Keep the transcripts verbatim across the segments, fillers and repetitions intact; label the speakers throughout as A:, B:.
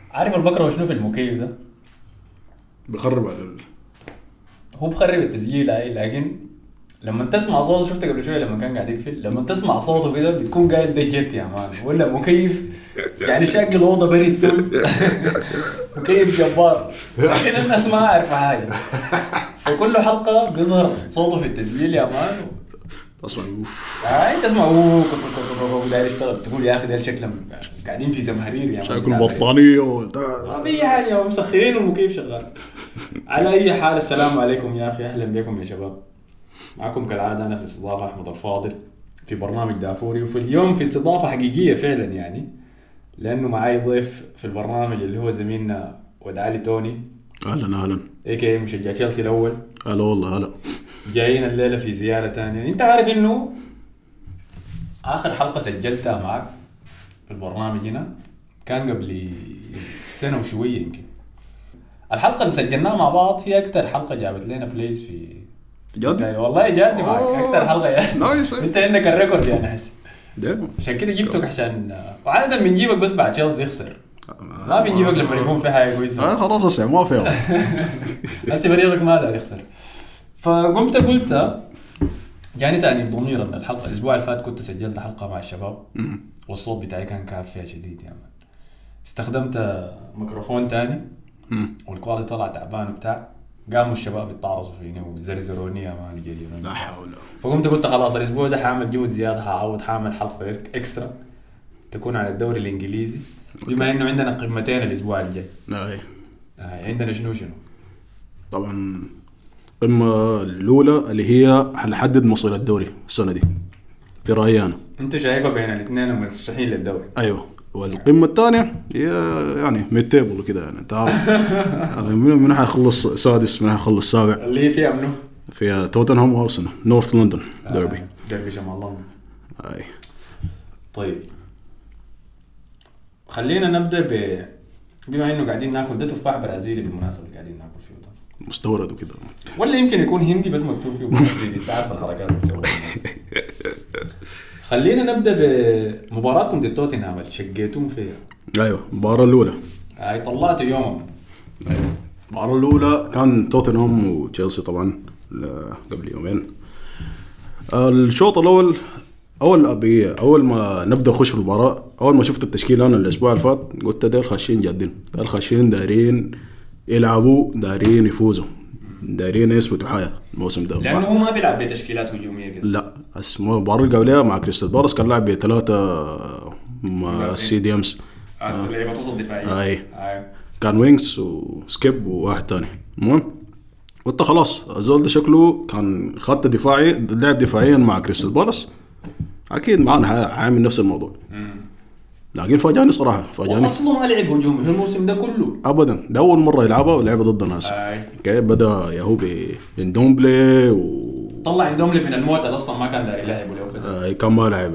A: عارف البكره شنو في المكيف ده؟
B: بخرب على ال...
A: هو بخرب التسجيل هاي، لكن لما تسمع صوته، شفت قبل شويه لما كان قاعد يقفل، لما تسمع صوته كده بتكون قاعد ده جت يا مان ولا مكيف يعني شاق الاوضه بريد فل مكيف جبار، لكن الناس ما عارفه حاجه. فكل حلقه بيظهر صوته في التسجيل يا مان،
B: اسمع اوف
A: هاي تسمع اوه داير يشتغل، تقول يا اخي ده شكلهم قاعدين في زمهرير يا مان،
B: شكل بطانيه وبتاع
A: ما في حاجه مسخرين والمكيف شغال. على اي حال السلام عليكم يا اخي، اهلا بكم يا شباب. معكم كالعاده انا في الاستضافه احمد الفاضل في برنامج دافوري، وفي اليوم في استضافه حقيقيه فعلا يعني، لانه معاي ضيف في البرنامج اللي هو زميلنا ودعالي توني.
B: اهلا اهلا
A: اي كي مشجع تشيلسي الاول.
B: هلا والله هلا.
A: جايين الليله في زياره تانية. انت عارف انه اخر حلقه سجلتها معك في البرنامج هنا كان قبل سنه وشويه يمكن. الحلقه اللي سجلناها مع بعض هي اكتر حلقه جابت لنا بلايز في
B: جد
A: والله جاتني معك اكتر حلقه يعني.
B: نايس.
A: انت عندك الريكورد يعني احس
B: ده
A: عشان كده جبتك، عشان وعاده بنجيبك بس بعد تشيلسي يخسر، ما بنجيبك لما يكون في حاجه كويسه.
B: اه خلاص اسمع ما في
A: هسه فريقك ما دار يخسر. فقمت قلت يعني تاني بضمير ان الحلقه الاسبوع اللي فات كنت سجلت حلقه مع الشباب والصوت بتاعي كان كاب فيها شديد يعني، استخدمت ميكروفون تاني والكواليتي طلع تعبان وبتاع، قاموا الشباب يتعرضوا فيني وزرزروني يا مان جايين.
B: لا حول.
A: فقمت قلت خلاص الاسبوع ده حاعمل جهد زياده، حاعود حاعمل حلقه اكسترا تكون على الدوري الانجليزي، بما انه عندنا قمتين الاسبوع الجاي.
B: اي
A: آه عندنا شنو شنو
B: طبعا القمه الاولى اللي هي حنحدد مصير الدوري السنه دي في رايي انا.
A: انت شايفها بين الاثنين المرشحين للدوري؟
B: ايوه. والقمه الثانيه هي يعني ميد-تيبل كده يعني انت عارف يعني من من حيخلص سادس من حيخلص سابع،
A: اللي هي فيها منو؟
B: فيها توتنهام وارسنال نورث لندن ديربي.
A: آه ديربي شمال لندن.
B: اي
A: طيب خلينا نبدا ب بما انه قاعدين ناكل ده تفاح برازيلي بالمناسبه اللي قاعدين ناكل فيه ده
B: مستورد وكده،
A: ولا يمكن يكون هندي بس مكتوب فيه برازيلي، انت عارف الحركات اللي بيسووها. خلينا نبدا بمباراتكم ضد توتنهام اللي شقيتم فيها.
B: ايوه المباراه الاولى
A: هاي طلعتوا يومهم.
B: ايوه المباراه الاولى كان توتنهام وتشيلسي طبعا قبل يومين. الشوط الاول اول ابي اول ما نبدا نخش في المباراه، اول ما شفت التشكيل انا الاسبوع اللي فات قلت ده خاشين جادين، ده خاشين دارين يلعبوا، دارين يفوزوا، دارين يثبتوا حاجه الموسم ده،
A: لانه هو ما بيلعب بتشكيلات هجوميه كده.
B: لا اسمه المباراه القبليه مع كريستال بالاس كان لاعب بثلاثه مع سي دي امس
A: اه لعيبه توصل دفاعيه.
B: اي كان وينكس وسكيب وواحد تاني. المهم قلت خلاص الزول ده شكله كان خط دفاعي، لعب دفاعيا مع كريستال بالاس اكيد معانا عامل نفس الموضوع. امم لكن فاجأني صراحه، فاجأني
A: اصلا ما لعب هجومي في الموسم ده كله
B: ابدا، ده اول مره يلعبها ولعب ضد ناس. كيف بدا ياهو باندومبلي و
A: طلع اندومبلي من الموت اصلا ما كان داري يلعب ولا فتره.
B: اي كان ما لعب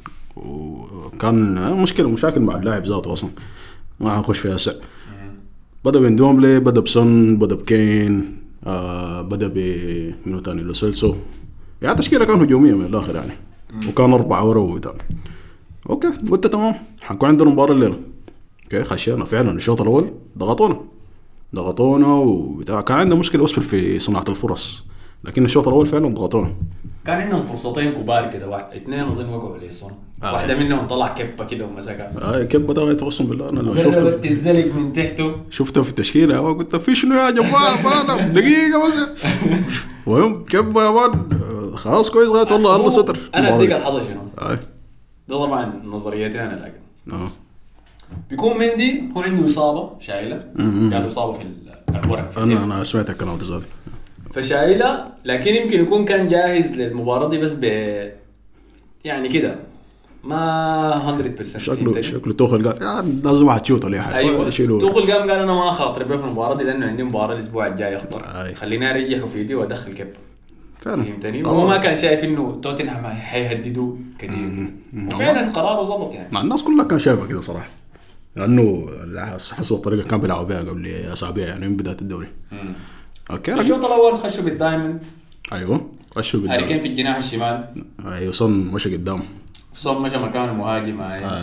B: وكان مشكله مشاكل مع اللاعب ذاته اصلا ما هنخش فيها هسه. بدا باندومبلي، بدا بسون، بدا بكين، آه بدا بمنو تاني لوسيلسو، يعني تشكيله كان هجوميه من الاخر يعني. مم. وكان أربعة ورا وبتاع. اوكي قلت تمام حنكون عندنا مباراه الليله. اوكي خشينا فعلا الشوط الاول ضغطونا ضغطونا وبتاع، كان عندنا مشكله اسفل في صناعه الفرص، لكن الشوط الاول فعلا ضغطونا.
A: كان عندهم فرصتين كبار كده، واحد اثنين اظن وقعوا عليه صون. آه. واحده منهم طلع كبه كده ومسكها.
B: اه كبه ده يتوصل بالله انا لو شفته
A: في الزلق من تحته
B: شفته في التشكيله وقلت في شنو يا جماعه بانا دقيقه بس ويوم كبه يا مان خلاص كويس غايت والله الله ستر.
A: انا اديك الحظ شنو
B: اي
A: ده طبعا نظريتي انا، لكن
B: اه
A: بيكون مندي هو عنده اصابه شايله، قالوا اصابه في الورق.
B: انا انا سمعت الكلام ده زاد
A: فشايله، لكن يمكن يكون كان جاهز للمباراه دي بس ب يعني كده ما مية بالمية.
B: شكله شكله توخل قال يعني لازم واحد تشوت عليه حاجه.
A: ايوه توخل قام قال انا ما خاطر بيه في المباراه دي لانه عندي مباراه الاسبوع الجاي اخطر، خليني اريح في دي وادخل كيب. فهمتني؟ هو ما كان شايف انه توتنهام هيهددوا كثير، وفعلا قراره ظبط يعني.
B: مع الناس كلها كان شايفه كده صراحه، لانه حسوا الطريقه كان بيلعبوا بها قبل اسابيع يعني من بدايه الدوري. امم
A: اوكي الشوط الاول خشوا بالدايموند.
B: ايوه خشوا بالدايموند،
A: هاري كين في الجناح الشمال.
B: ايوه صن مشى قدام،
A: صن مشى مكانه مهاجم.
B: اي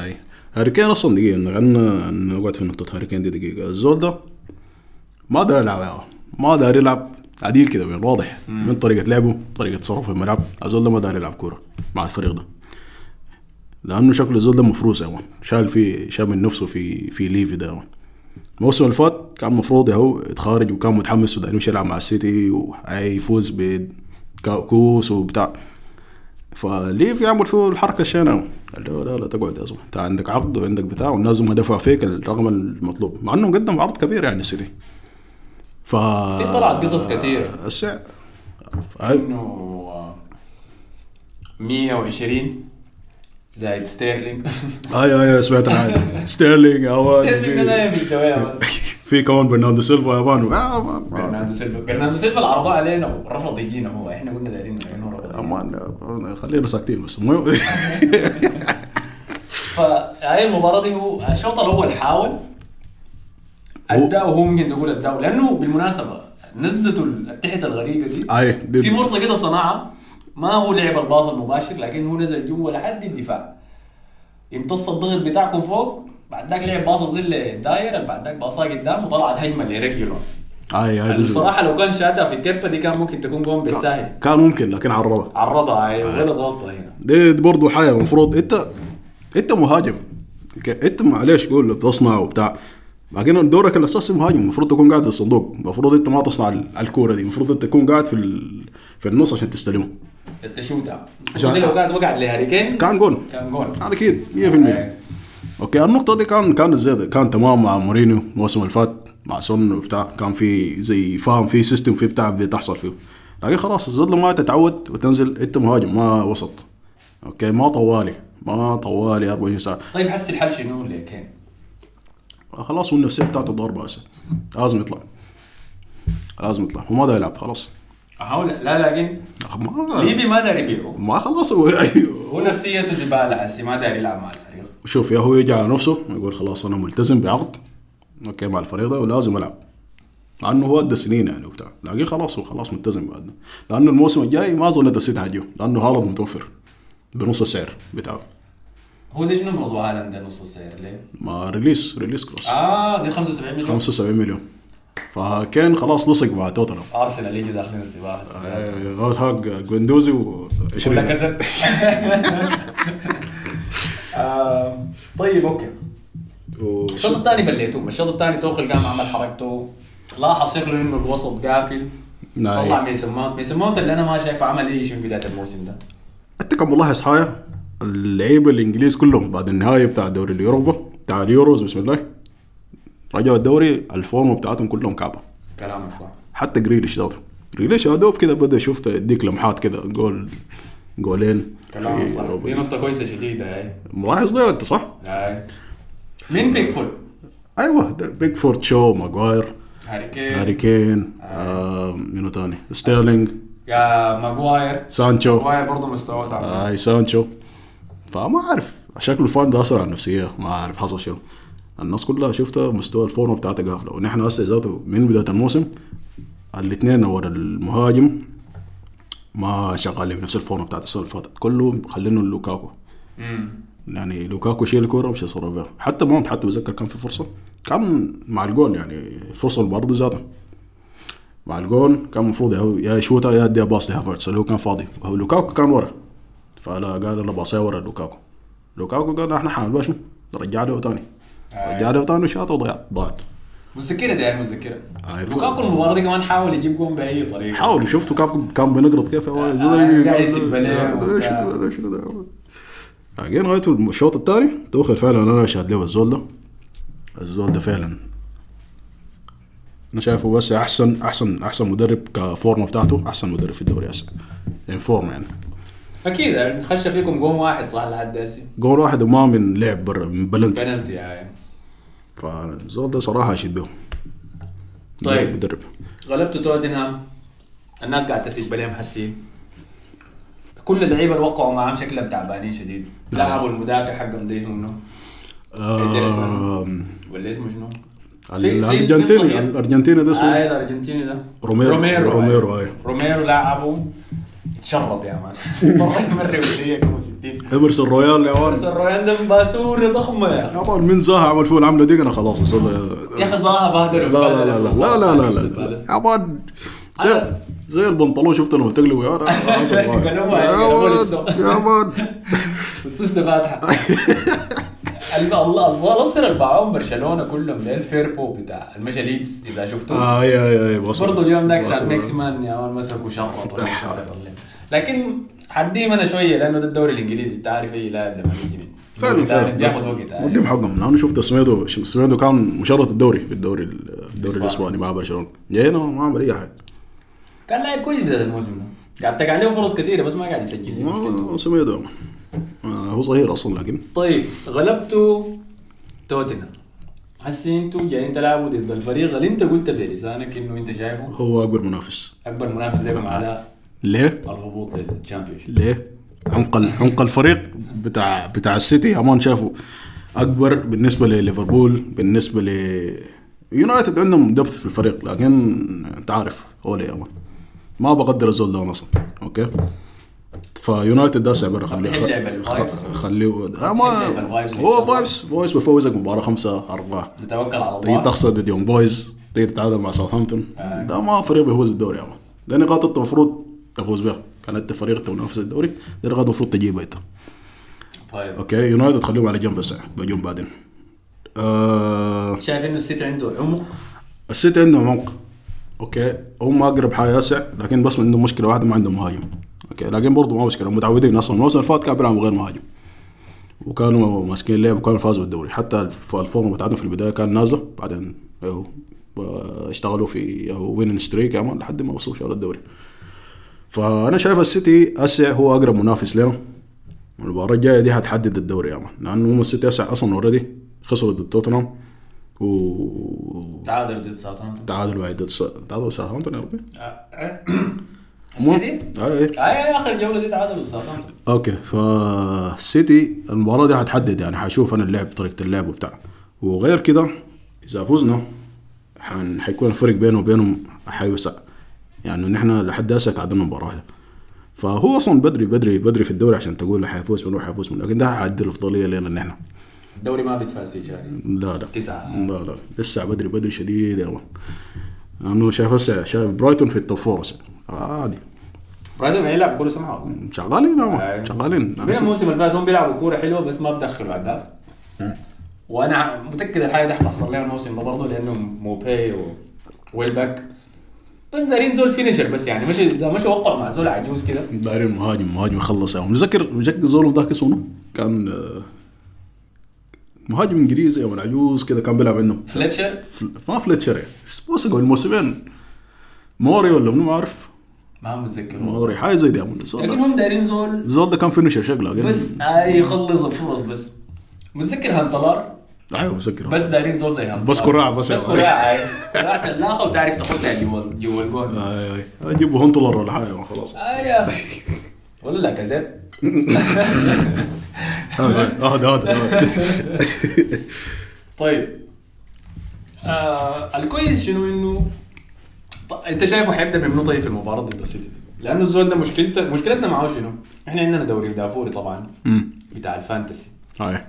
B: هاري كين اصلا دقيقه نغنى نقعد في نقطه هاري كين دي دقيقه. الزول ده ما دار يلعب يا ما دار يلعب عديل كده من واضح من طريقه لعبه طريقه تصرفه في الملعب. الزول ده ما دار يلعب كوره مع الفريق ده لانه شكل الزول ده مفروس يا مان. شال في شال من نفسه في في ليفي ده. الموسم اللي فات كان مفروض هو يتخارج وكان متحمس وده يمشي يلعب مع السيتي وهيفوز بكؤوس وبتاع. فليفي يعمل فيه الحركه الشينه قال له لا لا تقعد يا زلمه انت عندك عقد وعندك بتاع والناس ما دفعوا فيك الرقم المطلوب مع انه قدم عرض كبير يعني السيتي. ف
A: في طلعت قصص كتير
B: السعر
A: انه مية وعشرين زائد ستيرلينج.
B: اي اي سمعت عنها ستيرلينج او في كمان برناردو سيلفا يا مان.
A: برناردو سيلفا برناردو سيلفا العرض علينا ورفض يجينا هو احنا قلنا دايرين
B: امان خلينا ساكتين بس.
A: فهاي المباراه دي هو الشوط الاول حاول ادى وهو ممكن تقول ادى لانه بالمناسبه نزلته التحت الغريبه دي
B: اي
A: في فرصه كده صناعه ما هو لعب الباص المباشر لكن هو نزل جوا لحد الدفاع يمتص الضغط بتاعكم فوق بعد ذاك لعب باصه ظل الدايره بعد ذاك باصه قدام وطلعت هجمه لرجله.
B: اي اي
A: الصراحه لو كان شاتها في الكبه دي كان ممكن تكون جون بالساهل.
B: كان ممكن لكن عرضها
A: عرضها اي غلط غلطه هنا.
B: دي برضه حاجه المفروض انت انت مهاجم انت معلش قول تصنع وبتاع لكن دورك الاساسي مهاجم المفروض تكون قاعد في الصندوق. المفروض انت ما تصنع الكوره دي المفروض انت تكون قاعد في في النص عشان تستلمها
A: التشوتها عشان لو كانت وقعت لهاري كين
B: كان جون
A: كان جون
B: اكيد مية بالمية. اوكي النقطه دي كان كان زي كان تمام مع مورينيو الموسم اللي فات مع سون وبتاع كان في زي فاهم في سيستم في بتاع بتحصل فيه لكن خلاص الزول ما تتعود وتنزل انت مهاجم ما وسط. اوكي ما طوالي ما طوالي أربعة وعشرين ساعه.
A: طيب حس الحل شنو اللي كان
B: خلاص والنفسيه بتاعته ضربه هسه لازم يطلع لازم يطلع وما دا يلعب خلاص.
A: احاول لا لكن
B: ما
A: ليفي ما داري يبيعه
B: ما خلاص هو ايوه
A: هو نفسيته زباله حسي ما داري يلعب مع الفريق.
B: شوف يا هو يجي على نفسه يقول خلاص انا ملتزم بعقد اوكي مع الفريق ده ولازم العب لانه هو ادى سنين يعني وبتاع لكن خلاص هو خلاص ملتزم بعد لانه الموسم الجاي ما اظن السيتي هيجي لانه هالاند متوفر بنص السعر بتاعه.
A: هو ده شنو موضوع هالاند ده نص السعر ليه؟
B: ما ريليس ريليس كروس
A: اه دي خمسة وسبعين مليون
B: خمسة وسبعين مليون فكان خلاص لصق مع توتنهام.
A: ارسنال يجي داخلين السباق
B: غلط هاك جويندوزي و20
A: ولا كسر. طيب اوكي الشوط الثاني بليتوه الشوط الثاني توخل قام عمل حركته لاحظ شكله انه الوسط قافل طلع ميسون ماونت ميسون ماونت اللي انا ما شايفه عمل اي شيء في بدايه الموسم ده.
B: انت كم ملاحظ حاجه اللعيبه الانجليز كلهم بعد النهايه بتاع دوري اليوروبا بتاع اليوروز بسم الله رجعوا الدوري الفورم بتاعتهم كلهم كعبه.
A: كلامك صح.
B: حتى جريليش ذاته جريليش ادوب كده بدا شفت يديك لمحات كده جول جولين.
A: كلامك صح دي نقطه كويسه شديده هاي
B: ملاحظ ده انت صح.
A: هاي مين بيكفورد؟
B: ايوه بيكفورد شو ماغواير
A: هاري كين
B: هاري كين آه منو تاني ستيرلينج
A: يا ماغواير
B: سانشو
A: ماغواير برضه مستواه تعبان.
B: اي آه سانشو فما اعرف شكل الفان ده اثر على النفسيه ما اعرف حصل شنو. الناس كلها شفتها مستوى الفورم بتاعته قافله ونحن هسه ذاته من بدايه الموسم الاثنين ورا المهاجم ما شغالين بنفس الفورم بتاعت السنه اللي فاتت كله خلينه لوكاكو.
A: امم
B: يعني لوكاكو شيل الكوره مش يصرف فيها حتى مونت حتى بذكر كان في فرصه كان مع الجول يعني فرصه البرد ذاته مع الجول كان المفروض يا يشوتها يا يديها باص لهافرتس اللي هو كان فاضي وهو لوكاكو كان ورا فلا قال انا باصيها ورا لوكاكو لوكاكو قال احنا حال باش رجع له ثاني رجع له ثاني شاط وضيعت ضاعت
A: مذكره ده مذكره لوكاكو المباراه دي كمان حاول يجيب جون باي طريقه
B: حاول شفته كان كان بنقرط كيف هو
A: قاعد يسب عليه
B: شنو شنو ده اجين غايته الشوط الثاني توخل فعلا انا شاد له الزول ده الزول ده فعلا انا شايفه بس احسن احسن احسن مدرب كفورمه بتاعته احسن مدرب في الدوري هسه ان فورم يعني
A: اكيد خش فيكم جون واحد صح لحد هسه
B: جون واحد وما من لعب برا من بلنتي
A: بلنتي يعني
B: فالزول ده صراحه اشيد به.
A: طيب
B: مدرب
A: غلبتوا توتنهام الناس قاعده تسيب عليهم حسين كل اللعيبه اللي وقعوا معهم شكلهم تعبانين شديد. لاعبوا المدافع حقهم ده اسمه منو؟ آه ولا اسمه شنو؟
B: الارجنتيني الارجنتيني ده اسمه
A: اه الارجنتيني ده
B: روميرو
A: روميرو
B: روميرو اي
A: روميرو لاعبوا تشرط يا مان مرة مرة وزيك وستين
B: إمرسون رويال يا مان.
A: بس الرويان ده باسورة ضخمة يا
B: يا مان من زاها عمل فيه العملة دي أنا خلاص وصل.
A: يا أخي ظاهر بهدر.
B: لا لا لا لا لا لا لا لا يا مان زي زي البنطلون شفت لما تقلبه يا مان يا مان
A: السوس ده فاتحة. الله الظاهر الاصفر الباعون برشلونه كلهم ده الفيربو بتاع المشا ليدز اذا شفتوه.
B: اه يا يا يا
A: برضه اليوم ذاك ساعه ماكسيمان يا مان مسكوا شرط. لكن حديهم انا شويه لانه ده الدوري الانجليزي انت عارف اي لاعب لما يجي من
B: فعلا فعلا
A: بياخذ وقت.
B: وديهم حقهم. انا شفت سميدو سميدو كان مشرط الدوري في الدوري الدوري الاسباني مع برشلونه. جينا ما عمل اي حاجه.
A: كان لاعب كويس بدايه الموسم ده قاعد تقع عليه فرص كثيره بس ما قاعد يسجل.
B: ما سميدو هو صغير اصلا. لكن
A: طيب غلبتوا توتنهام. حسي انتوا جايين تلعبوا ضد الفريق اللي انت قلت بلسانك انه انت شايفه
B: هو اكبر منافس.
A: اكبر منافس لكم على
B: ليه
A: الهبوط للتشامبيونشيب.
B: ليه عمق عمق الفريق بتاع بتاع السيتي امان شافوا اكبر بالنسبه لليفربول بالنسبه ل يونايتد عندهم دبث في الفريق. لكن انت عارف هو ليه امان ما بقدر الزول ده اصلا. اوكي فيونايتد ده سعبره خليه خليه ما هو فايبس فويس بفوزك مباراه خمسة أربعة
A: بتوكل على الله.
B: تيجي تخسر ضد يوم بويز تيجي تتعادل مع ساوثهامبتون آه. ده ما فريق بيفوز بالدوري اما ده نقاط انت المفروض تفوز بها. كانت فريق تنافس الدوري ده نقاط المفروض تجيبها انت.
A: طيب
B: اوكي يونايتد خليهم على جنب بس بجون بعدين. آه...
A: شايف انه السيتي عنده عمق.
B: السيتي عنده عمق اوكي هم اقرب حاجه ياسع لكن بس عندهم مشكله واحده ما عندهم مهاجم. اوكي لكن برضو ما مشكله متعودين اصلا الموسم اللي فات كانوا بيلعبوا غير مهاجم وكانوا ماسكين اللعب وكانوا فازوا بالدوري. حتى الفورم بتاعتهم في البدايه كان نازل بعدين اشتغلوا في وين ستريك كمان لحد ما وصلوا شغل الدوري. فانا شايف السيتي اسع هو اقرب منافس لنا. المباراه الجايه دي هتحدد الدوري يعني لانه هم السيتي اسع اصلا اوريدي خسروا ضد توتنهام و
A: تعادلوا ضد ساوثهامبتون.
B: تعادلوا ضد تعادلوا ساوثهامبتون يا ربي.
A: السيتي اي اي اخر جوله دي تعادلوا ساوثهامبتون.
B: اوكي فالسيتي المباراه دي هتحدد يعني حشوف انا اللعب طريقه اللعب وبتاع. وغير كده اذا فزنا حن حيكون الفرق بينه وبينهم حيوسع يعني نحن لحد هسه تعادلنا مباراه واحده. فهو اصلا بدري بدري بدري في الدوري عشان تقول حيفوز منو حيفوز منو. لكن ده هيعدي الافضليه لنا نحن. الدوري
A: ما بيتفاز فيه شهري.
B: لا لا
A: تسعة.
B: لا لا لسه بدري بدري شديد يا مان. انا شايف هسه شايف برايتون في التوب فور عادي.
A: برايتون يلعب كل سمعه
B: شغالين يا شغالين.
A: الموسم اللي فات هم بيلعبوا كوره حلوه بس ما بدخلوا اهداف. وانا متاكد الحاجه دي حتحصل لنا الموسم ده برضه لانه موباي وويلباك بس دارين زول فينيشر بس يعني مش اذا مش وقع مع زول عجوز كده
B: دارين مهاجم مهاجم يخلص يعني. متذكر متذكر زول ذاك اسمه كان مهاجم انجليزي او عجوز كده كان بيلعب عنده
A: فليتشر
B: ما فليتشر سبوس قبل موسمين موري ولا منو ما اعرف
A: ما متذكر
B: موري حاجه زي دي.
A: لكن هم دارين زول
B: زول ده كان فينيشر شكله
A: بس اي يخلص الفرص بس. متذكر هانتلار
B: ايوه متذكر
A: بس دارين زول زي هانتلار
B: بس كراع بس
A: بس كراع كراع سلاخه وتعرف تاخذها جوا جوا الجول.
B: اي اي اجيبه هانتلر ولا حاجه خلاص.
A: ايوه ولا لا كازيت
B: هذا هذا.
A: طيب آه الكويس شنو انه انت شايفه حيبدا بمنو طيب في المباراه ضد السيتي لانه الزول ده مشكلته مشكلتنا معه شنو. احنا عندنا دوري دافوري طبعا بتاع الفانتسي
B: اي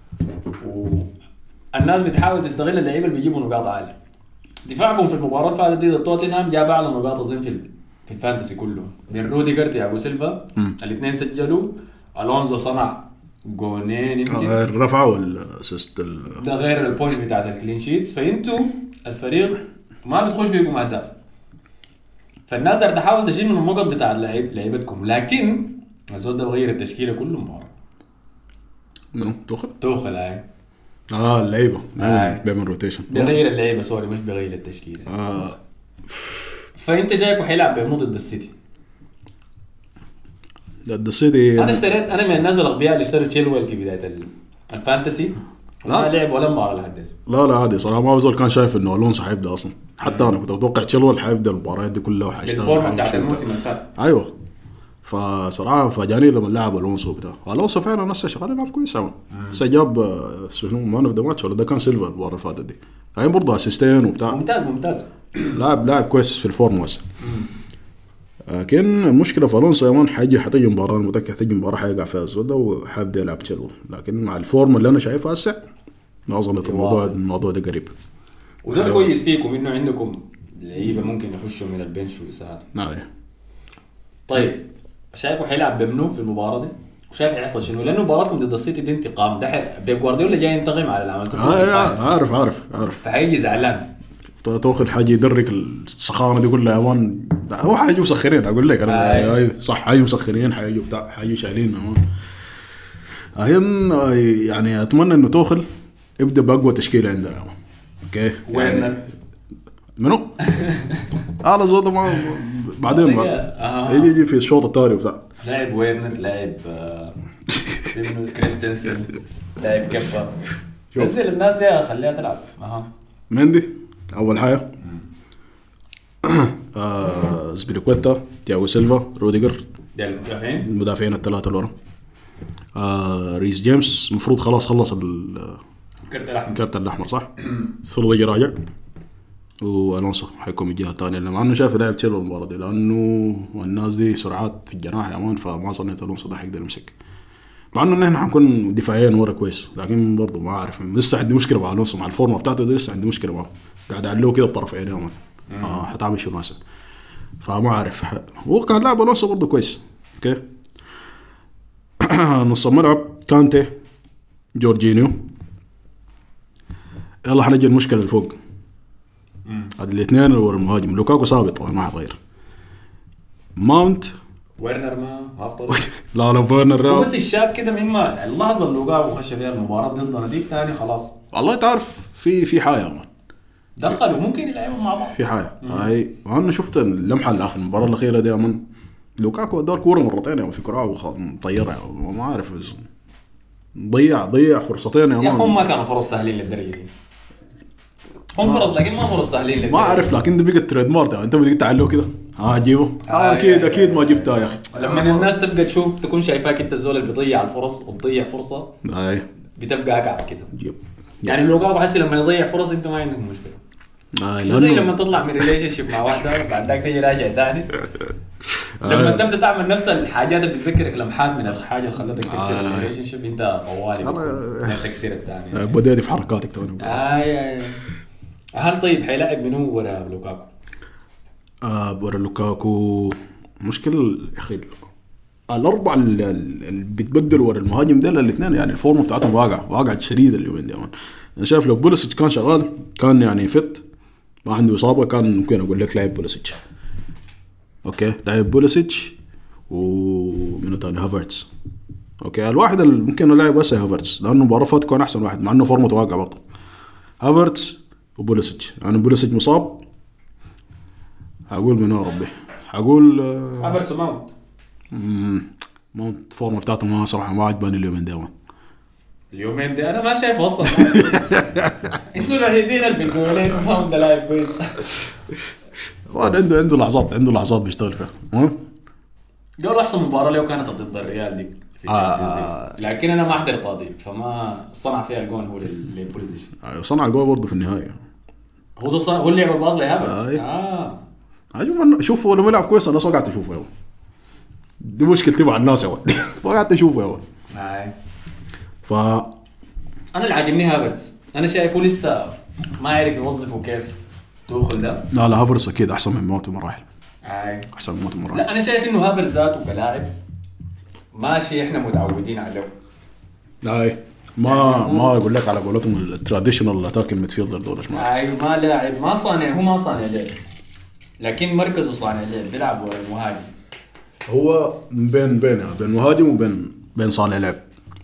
A: والناس بتحاول تستغل اللعيبه اللي بيجيبوا نقاط عاليه. دفاعكم في المباراه اللي فاتت ضد توتنهام جاب اعلى نقاط اظن في في الفانتسي كله بين روديجر تياغو سيلفا الاثنين سجلوا. الونزو صنع جونين يمكن
B: غير رفعوا الاسيست
A: ده غير البوينت بتاعت الكلين شيتس. فانتوا الفريق ما بتخش فيكم اهداف فالناس دار تحاول تشيل من النقط بتاع اللعيب لعيبتكم. لكن الزول ده بغير التشكيله كل مباراه.
B: نو توخل
A: توخل هاي
B: اه اللعيبه بيعمل روتيشن
A: بغير اللعيبه سوري مش بغير التشكيله.
B: اه
A: فانت شايفه حيلعب بمنو ضد السيتي
B: ضد السيتي.
A: انا اشتريت انا من الناس الاغبياء اللي اشتروا تشيلويل في بدايه الفانتسي ما لعب ولا مباراه لحد هسه.
B: لا لا عادي صراحه ما بزول كان شايف انه الونسو حيبدا اصلا. حتى انا كنت اتوقع تشيلويل حيبدا المباريات دي كلها وحيشتغل
A: الفورمه بتاعت الموسم اللي فات.
B: ايوه فصراحه فاجاني لما لعب الونسو بتاع الونسو فعلا نص شغال يلعب كويس اهو. سجاب شنو مان اوف ذا ماتش ولا ده كان سيلفا المباراه اللي فاتت دي. يعني برضه اسيستين وبتاع
A: ممتاز ممتاز
B: لاعب لاعب كويس في الفورم واسع. لكن المشكله في الونسو يا مان حيجي حتجي مباراه متاكد حتجي مباراه حيقع فيها الزود وحابدا يلعب تشيلو لكن مع الفورم اللي انا شايفها هسه ما اظن الموضوع الموضوع ده قريب
A: وده كويس فيكم انه عندكم لعيبه ممكن يخشوا من البنش ويساعدوا.
B: نعم.
A: طيب شايفه حيلعب بمنو في المباراه دي وشايف هيحصل شنو لانه مباراتكم ضد السيتي دي انتقام ده بيب جوارديولا جاي ينتقم على اللي عملته.
B: آه عارف عارف عارف
A: فحيجي زعلان
B: تاخذ حاجه يدرك السخانه دي كلها يا مان هو حاجه مسخرين اقول لك انا ايوه صح حاجه مسخرين حاجه بتاع حاجه شايلين اهين يعني اتمنى انه توخل يبدا باقوى تشكيله عندنا يا مان. اوكي
A: وين
B: يعني منو على زود ما بعدين بقى يجي يجي في الشوط الثاني وبتاع
A: لاعب ويرنر لاعب كريستنسن لاعب كفا نزل الناس دي خليها تلعب. اها
B: مندي اول حاجه آه سبيليكويتا تياغو سيلفا روديجر
A: ده المدافعين
B: المدافعين الثلاثه اللي ورا آه ريس جيمس مفروض خلاص خلص
A: الكرت الاحمر
B: الكرت الاحمر صح المفروض يجي راجع والونسو حيكون الجهه الثانيه لما انه شاف لاعب تشيلو المباراه دي لانه والناس دي سرعات في الجناح يا مان فما ظنيت الونسو ده حيقدر يمسك مع انه نحن حنكون دفاعيا ورا كويس لكن برضه ما اعرف لسه عندي مشكله مع الونسو مع الفورمه بتاعته دي لسه عندي مشكله معه قاعد اعلوه كده بطرفين يا مان اه حتعمل شنو هسه فما اعرف هو كان لاعب الونسو برضه كويس. اوكي نص الملعب كانتي جورجينيو يلا حنجي المشكله اللي فوق هاد الاثنين اللي ورا المهاجم لوكاكو ثابت طبعا ما حتغير ماونت
A: ويرنر ما افضل
B: لا لا ويرنر
A: بس الشاب كده من ما اللحظه اللي لوكاكو خش فيها المباراه ضدنا دي ثاني خلاص
B: والله تعرف في في حاجه ما
A: دخلوا ممكن يلعبوا مع بعض
B: في حاجه هاي وانا شفت اللمحه اللي اخر المباراه الاخيره دي من لوكاكو دار كوره مرتين في كره مطيرها ما عارف ضيع ضيع فرصتين
A: يا هم ما كانوا فرص سهلين للدرجه دي هم فرص لكن ما فرص سهلين للدرجه
B: ما اعرف لكن ده بقى تريد مارك انت بدك تعلو كده ها جيبه اه اكيد اكيد ما جبتها يا اخي
A: لما الناس تبقى تشوف تكون شايفاك انت الزول اللي بيضيع الفرص وتضيع فرصه
B: اي
A: بتبقى اقعد كده
B: جيب
A: يعني لوكاكو حس لما يضيع فرص انتوا ما عندكم مشكله
B: آه
A: زي لما تطلع من ريليشن شيب مع واحده بعد ذاك تيجي راجع ثاني لما تبدا تعمل نفس الحاجات اللي بتذكرك لمحات من الحاجه اللي خلتك تكسر الريليشن شيب انت طوالي تكسير الثاني
B: بدأت في حركاتك توني
A: اي هل طيب حيلعب منو ورا لوكاكو
B: آه ورا لوكاكو مشكله يا اخي الاربعه اللي بيتبدلوا ورا المهاجم ده الاثنين يعني الفورم بتاعتهم واقع واقع شديد اليومين دي انا شايف لو بوليسيتش كان شغال كان يعني فت ما عنده اصابه كان ممكن اقول لك لاعب بوليسيتش اوكي لاعب بوليسيتش ومنو تاني هافرتس اوكي الواحد اللي ممكن الاعب بس هافرتس لانه مباراه كان احسن واحد مع انه فورمته واقع برضه هافرتس وبوليسيتش يعني بوليسيتش مصاب هقول منو ربي هقول
A: هافرتس ماونت
B: ماونت فورمه بتاعته ما صراحه ما عجباني اليومين دايما
A: اليومين دي انا ما شايف اصلا انتوا الوحيدين اللي بتقولوا لي ماونت ده لاعب كويس
B: وانا عنده عنده لحظات عنده لحظات بيشتغل فيها
A: قالوا احسن مباراه له كانت ضد الريال دي آه لكن انا ما احضر طادي فما صنع فيها الجون هو للبوليزيش
B: ايوه صنع الجول برضه في النهايه
A: هو ده صنع هو اللي لعب الباص لهافرتز
B: اه اه شوف هو لما يلعب كويس انا قاعد اشوفه يا دي مشكلتي مع الناس يا ولد قاعد اشوفه يا ولد
A: اي
B: ف
A: انا اللي عاجبني هافرتز انا شايفه لسه ما عارف يوظفه كيف توخل ده
B: لا لا هافرتز اكيد احسن من موت مراحل
A: اي
B: احسن من موت مراحل
A: لا انا شايف انه هافرتز ذاته كلاعب ماشي احنا متعودين عليه
B: اي ما ما اقول لك على قولتهم التراديشنال اتاكينج ميدفيلدر دول ايش
A: ما اي ما لاعب ما صانع هو ما صانع لعب لكن مركزه صانع لعب بيلعب ورا المهاجم
B: هو بين بين بين مهاجم وبين بين صانع لعب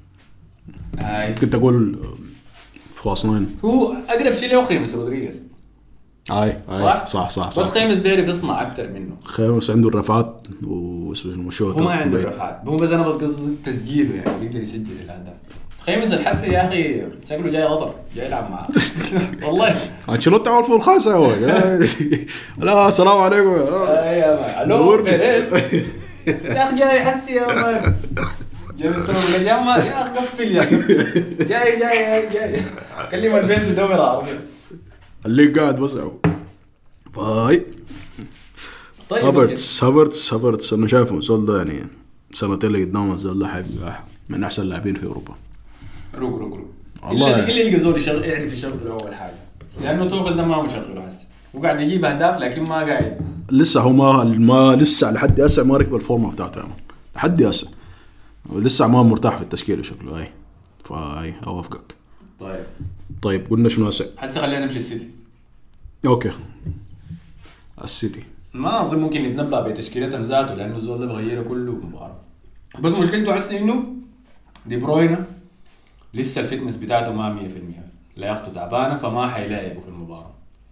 A: اي
B: كنت اقول فاصلين
A: هو اقرب شيء له خيمس رودريغيز
B: اي اي صح صح صح, صح
A: بس خيمس بيعرف يصنع اكثر منه
B: خيمس عنده الرفعات وشوت
A: هو ما عنده الرفعات هو بس انا بس قصدي تسجيله يعني بيقدر يسجل الاهداف خيمس الحسي يا اخي شكله جاي غطر جاي يلعب معاه والله
B: انشيلوتي عمل فوق الخامسه يا ولد لا السلام عليكم
A: يا الو بيريز يا اخي جاي حسي يا مان جاي يسوي يا جماعه يا اخي قفل يا جاي جاي جاي كلم البنز دور عربي
B: اللي قاعد بس باي
A: طيب
B: هافرتس هافرتس هافرتس انا شايفه الزول ده يعني سنتين اللي قدام الزول ده حيبقى من احسن اللاعبين في اوروبا.
A: روق روق روق
B: والله
A: اللي اللي يلقى زول يشغل يعرف يشغل اول حاجه، لانه توخل ده ما هو مشغله هسه وقاعد يجيب اهداف لكن ما قاعد
B: لسه هو ما ما لسه لحد هسه ما ركب الفورمه بتاعته يعني لحد هسه لسه ما مرتاح في التشكيله شكله. هاي فاي اوافقك.
A: طيب
B: طيب قلنا شنو هسه؟
A: هسه خلينا نمشي السيتي.
B: اوكي السيتي
A: ما اظن ممكن يتنبأ بتشكيلتهم ذاته لانه الزول ده بغيره كله مباراه، بس مشكلته هسه انه دي بروينا لسه الفتنس بتاعته ما مية بالمية، لياقته تعبانه فما حيلاعبه في المباراه.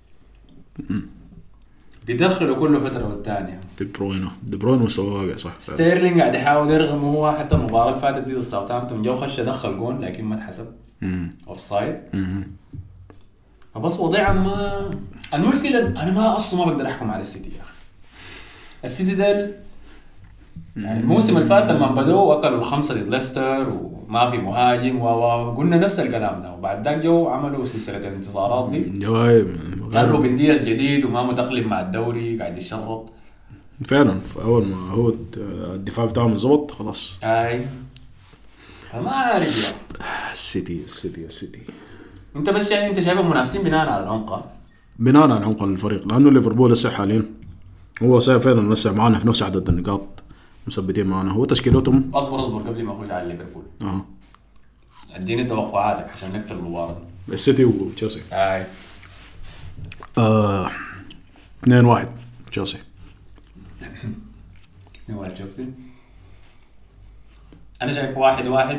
A: بيدخلوا كل فتره والثانيه.
B: دي بروينا دي بروينا مستواه صح.
A: ستيرلينج قاعد يحاول يرغم هو حتى المباراه اللي فاتت دي ضد ساوثهامبتون جو خش دخل جون لكن ما اتحسب اوف سايد. فبس وضعها ما المشكله انا ما اصلا ما بقدر احكم على السيتي يا اخي. السيتي ده يعني الموسم اللي فات لما بدوا اكلوا الخمسه ضد ليستر وما في مهاجم وقلنا نفس الكلام ده، وبعد ذاك جو عملوا سلسله الانتصارات دي. جربوا بن دياز جديد وما متأقلم مع الدوري قاعد يشرط
B: فعلا. اول ما هو الدفاع بتاعهم ظبط خلاص.
A: اي فما عارف يا
B: السيتي السيتي السيتي
A: انت بس يعني انت شايف المنافسين بناء على العمق
B: بناء على عمق الفريق، لانه ليفربول لسه حاليا هو سايب فعلا لسه معانا في نفس عدد النقاط مثبتين معنا. هو تشكيلتهم
A: اصبر اصبر قبل ما اخش على ليفربول
B: اه
A: اديني توقعاتك عشان نقفل المباراه.
B: السيتي وتشيلسي
A: اي
B: آه اثنين واحد تشيلسي.
A: اثنين واحد تشيلسي. انا شايف واحد واحد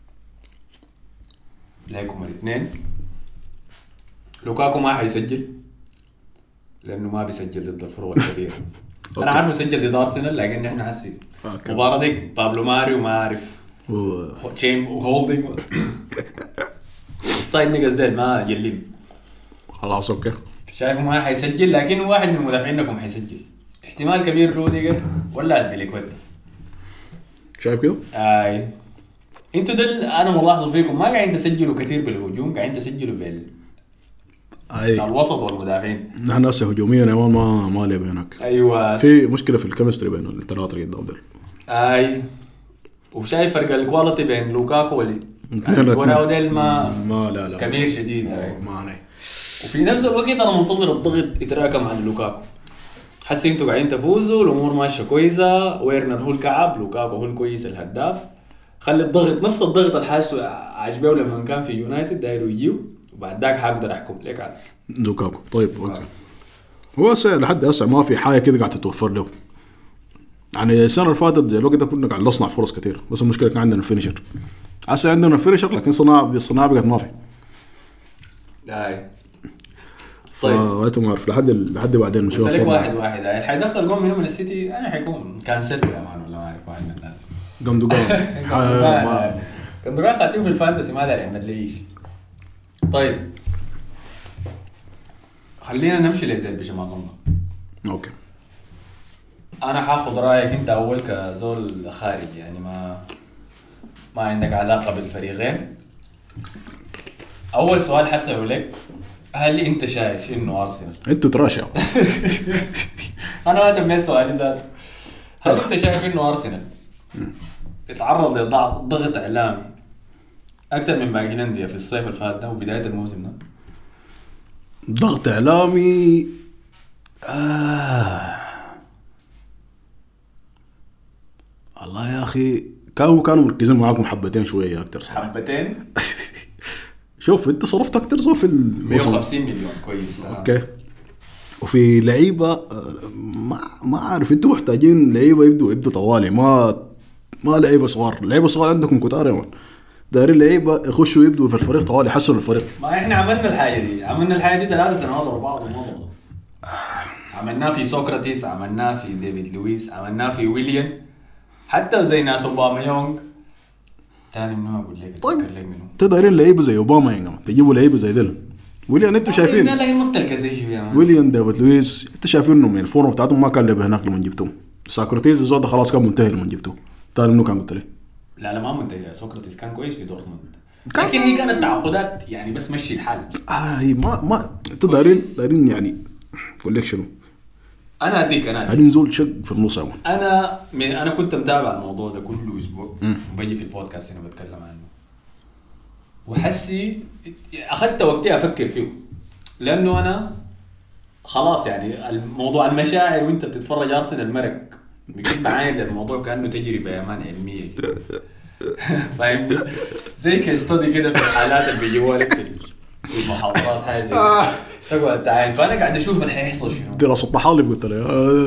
A: ليكم الاثنين. لوكاكو ما حيسجل لانه ما بيسجل ضد الفرق الكبيره. انا عارف يسجل ضد ارسنال لكن احنا حسي مباراه ديك بابلو ماريو ما عارف و تشيم وهولدينج السايد نيجز ده ما جلين
B: خلاص. اوكي
A: شايفه ما حيسجل لكن واحد من مدافعينكم حيسجل احتمال كبير روديجر ولا أزبيليكويتا.
B: شايف كده؟
A: اي انتوا دل انا ملاحظه فيكم ما قاعدين تسجلوا كثير بالهجوم قاعدين تسجلوا بال
B: اي
A: الوسط والمدافعين.
B: نحن هسه هجوميا يا مان ما ما لي بينك.
A: ايوه
B: في مشكله في الكيمستري بين الثلاثه قدام دول.
A: اي وشايف فرق الكواليتي بين لوكاكو واللي وديل ما
B: ما لا لا
A: كبير شديد.
B: ما عليه.
A: وفي نفس الوقت انا منتظر الضغط يتراكم على لوكاكو. حسي انتوا قاعدين تفوزوا الامور ماشيه كويسه ويرنر هو الكعب لوكاكو هو الكويس الهداف. خلي الضغط نفس الضغط الحاجته عجبه لما كان في يونايتد دايروا يجيو وبعد ذاك حقدر احكم ليك على
B: لوكاكو. طيب اوكي هو هسه لحد هسه ما في حاجه كده قاعده تتوفر له. يعني السنه اللي فاتت الوقت ده كنا قاعد نصنع فرص كتير بس المشكله كان عندنا الفينيشر. هسه عندنا الفينيشر لكن صناعه بالصناعه بقت ما في.
A: اي
B: طيب فانتم عارف لحد لحد بعدين نشوف
A: لك واحد واحد يعني حيدخل جول منه من السيتي انا حيكون كان سلبي يا مان ولا ما اعرف واحد من الناس
B: جندوجان
A: جندوجان خاطيه في الفانتسي ما داري يعمل لي شيء. طيب خلينا نمشي للديربي شمال لندن.
B: اوكي
A: انا حاخذ رايك انت اول كزول خارج يعني ما ما عندك علاقه بالفريقين. اول سؤال حسأله لك هل انت شايف انه ارسنال
B: انتوا تراشا
A: انا ما تميت سؤالي ذاته هل انت شايف انه ارسنال يتعرض لضغط اعلامي اكثر من باقي الانديه في الصيف الفات ده وبدايه الموسم ده؟
B: ضغط اعلامي آه. الله يا اخي كانوا كانوا مركزين معاكم حبتين شويه اكثر صح
A: حبتين.
B: شوف انت صرفت اكثر زور في
A: مية وخمسين مليون كويس.
B: اوكي وفي لعيبه ما ما عارف انتوا محتاجين لعيبه يبدوا يبدوا طوالي ما ما لعيبه صغار. لعيبه صغار عندكم كتار يا مان دايرين لعيبه يخشوا يبدوا في الفريق طوالي يحسنوا الفريق.
A: ما احنا عملنا الحاجه دي عملنا الحاجه دي ثلاث سنوات ورا بعض وما ظبط. عملناه في سوكراتيس عملناه في ديفيد لويس عملناه في ويليام حتى زي ناس اوباميونغ تاني منو اقول لك.
B: طيب انتوا دايرين لعيبه زي اوباما يا تجيبوا لعيبه زي ديل ويليام انتوا شايفين
A: لا لا مقتل زيه يا مان.
B: ويليام ديفيد لويس انتوا شايفين انهم الفورم بتاعتهم ما كان لعب هناك لما جبتوهم. سوكراتيس الزود خلاص كان منتهي لما جبتوه. تاني منو كان قلت لي
A: لا لا ما منتهي. سوكراتيس كان كويس في دورتموند لكن هي كانت تعاقدات يعني بس مشي الحال.
B: اه هي ما ما انتوا دايرين دايرين يعني اقول لك شنو
A: انا اديك انا
B: هذا نزول شق في النص.
A: انا من انا كنت متابع الموضوع ده كل اسبوع وبجي في البودكاست هنا بتكلم عنه وحسي اخذت وقتي افكر فيه لانه انا خلاص يعني الموضوع المشاعر وانت بتتفرج ارسنال المرق بيجيب معايا الموضوع كانه تجربه يا مان علميه فاهمني زي كاستدي كده في الحالات اللي بيجوا لك في المحاضرات هذه تقعد تعال فانا قاعد اشوف اللي حيحصل شنو
B: دراسه طحالب قلت له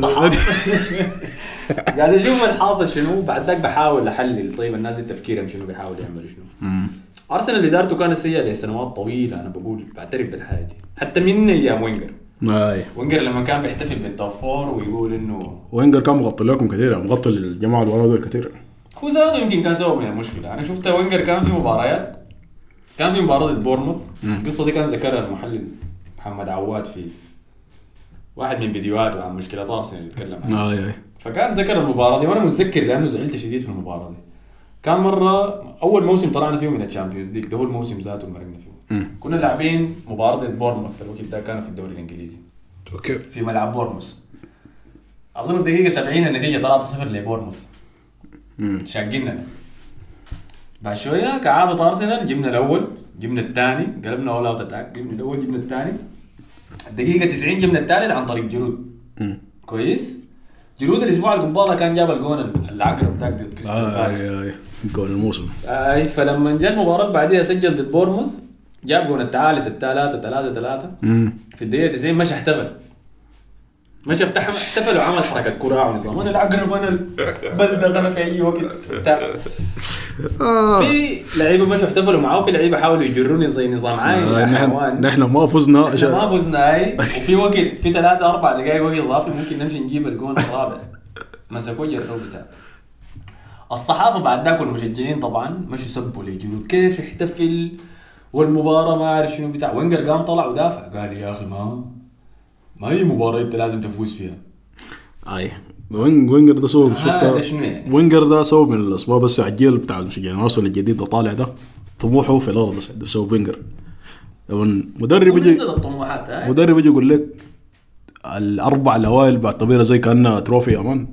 A: قاعد اشوف الحاصل شنو بعد ذاك بحاول احلل طيب الناس التفكيرهم شنو بيحاولوا يعملوا شنو. ارسنال اللي ادارته كانت سيئه لسنوات طويله انا بقول بعترف بالحاجه دي حتى من ايام وينجر.
B: اي
A: وينجر لما كان بيحتفل بالتوب فور ويقول انه
B: وينجر كان مغطي لكم كثير مغطي الجماعه اللي ورا دول كثير
A: هو ذاته يمكن كان سبب من المشكله. انا شفت وينجر كان في مباريات كان في مباراه بورموث القصه دي كان ذكرها المحلل محمد عواد في واحد من فيديوهاته عن مشكلات ارسنال اللي يتكلم عنها.
B: اي اي
A: فكان ذكر المباراه دي وانا متذكر لانه زعلت شديد في المباراه دي. كان مره اول موسم طلعنا فيه من الشامبيونز ليج ده هو الموسم ذاته مرقنا فيه. م. كنا لاعبين مباراه بورموث الوقت ده كان في الدوري الانجليزي
B: اوكي
A: في ملعب بورموث اظن الدقيقه سبعين النتيجه ثلاثة صفر لبورموث شاقينا. بعد شويه كعاده ارسنال جبنا الاول جبنا الثاني قلبنا ولا تتاك جبنا الاول جبنا الثاني الدقيقه تسعين جبنا الثالث عن طريق جرود. م. كويس جرود الاسبوع القباله كان جاب الجون العقرب ذاك ضد كريستال بالاس.
B: اي اي جول الموسم.
A: اي فلما جاء المباراه بعديها سجل ضد بورموث جاب جون الثالث الثلاثه ثلاثه ثلاثه في الدقيقه تسعين مش احتفل مش افتح احتفل وعمل حركه كره ونظام انا العقرب انا البلده انا في اي وقت في لعيبه مش احتفلوا معاه وفي لعيبه حاولوا يجروني زي نظام عايل.
B: نحن نحن ما فزنا
A: عشان ما فزنا اي وفي وقت في ثلاثة أربعة دقائق وقت اضافي ممكن نمشي نجيب الجون الرابع مسكوا جروا بتاع. الصحافه بعد ذاك المشجعين طبعا مشوا سبوا لجرود كيف يحتفل والمباراه ما اعرف شنو بتاع. وينجر قام طلع ودافع قال يا اخي ما ما هي مباراه انت لازم تفوز فيها.
B: اي وينجر ده سوى شفته
A: يعني.
B: وينجر ده سوى من الاسباب بس عجيل بتاع المشجعين ارسنال الجديد ده طالع ده طموحه في الارض بس بسبب وينجر. مدرب يجي
A: الطموحات هاي
B: مدرب يجي يقول لك الاربع الاوائل بعتبرها زي كانها تروفي امان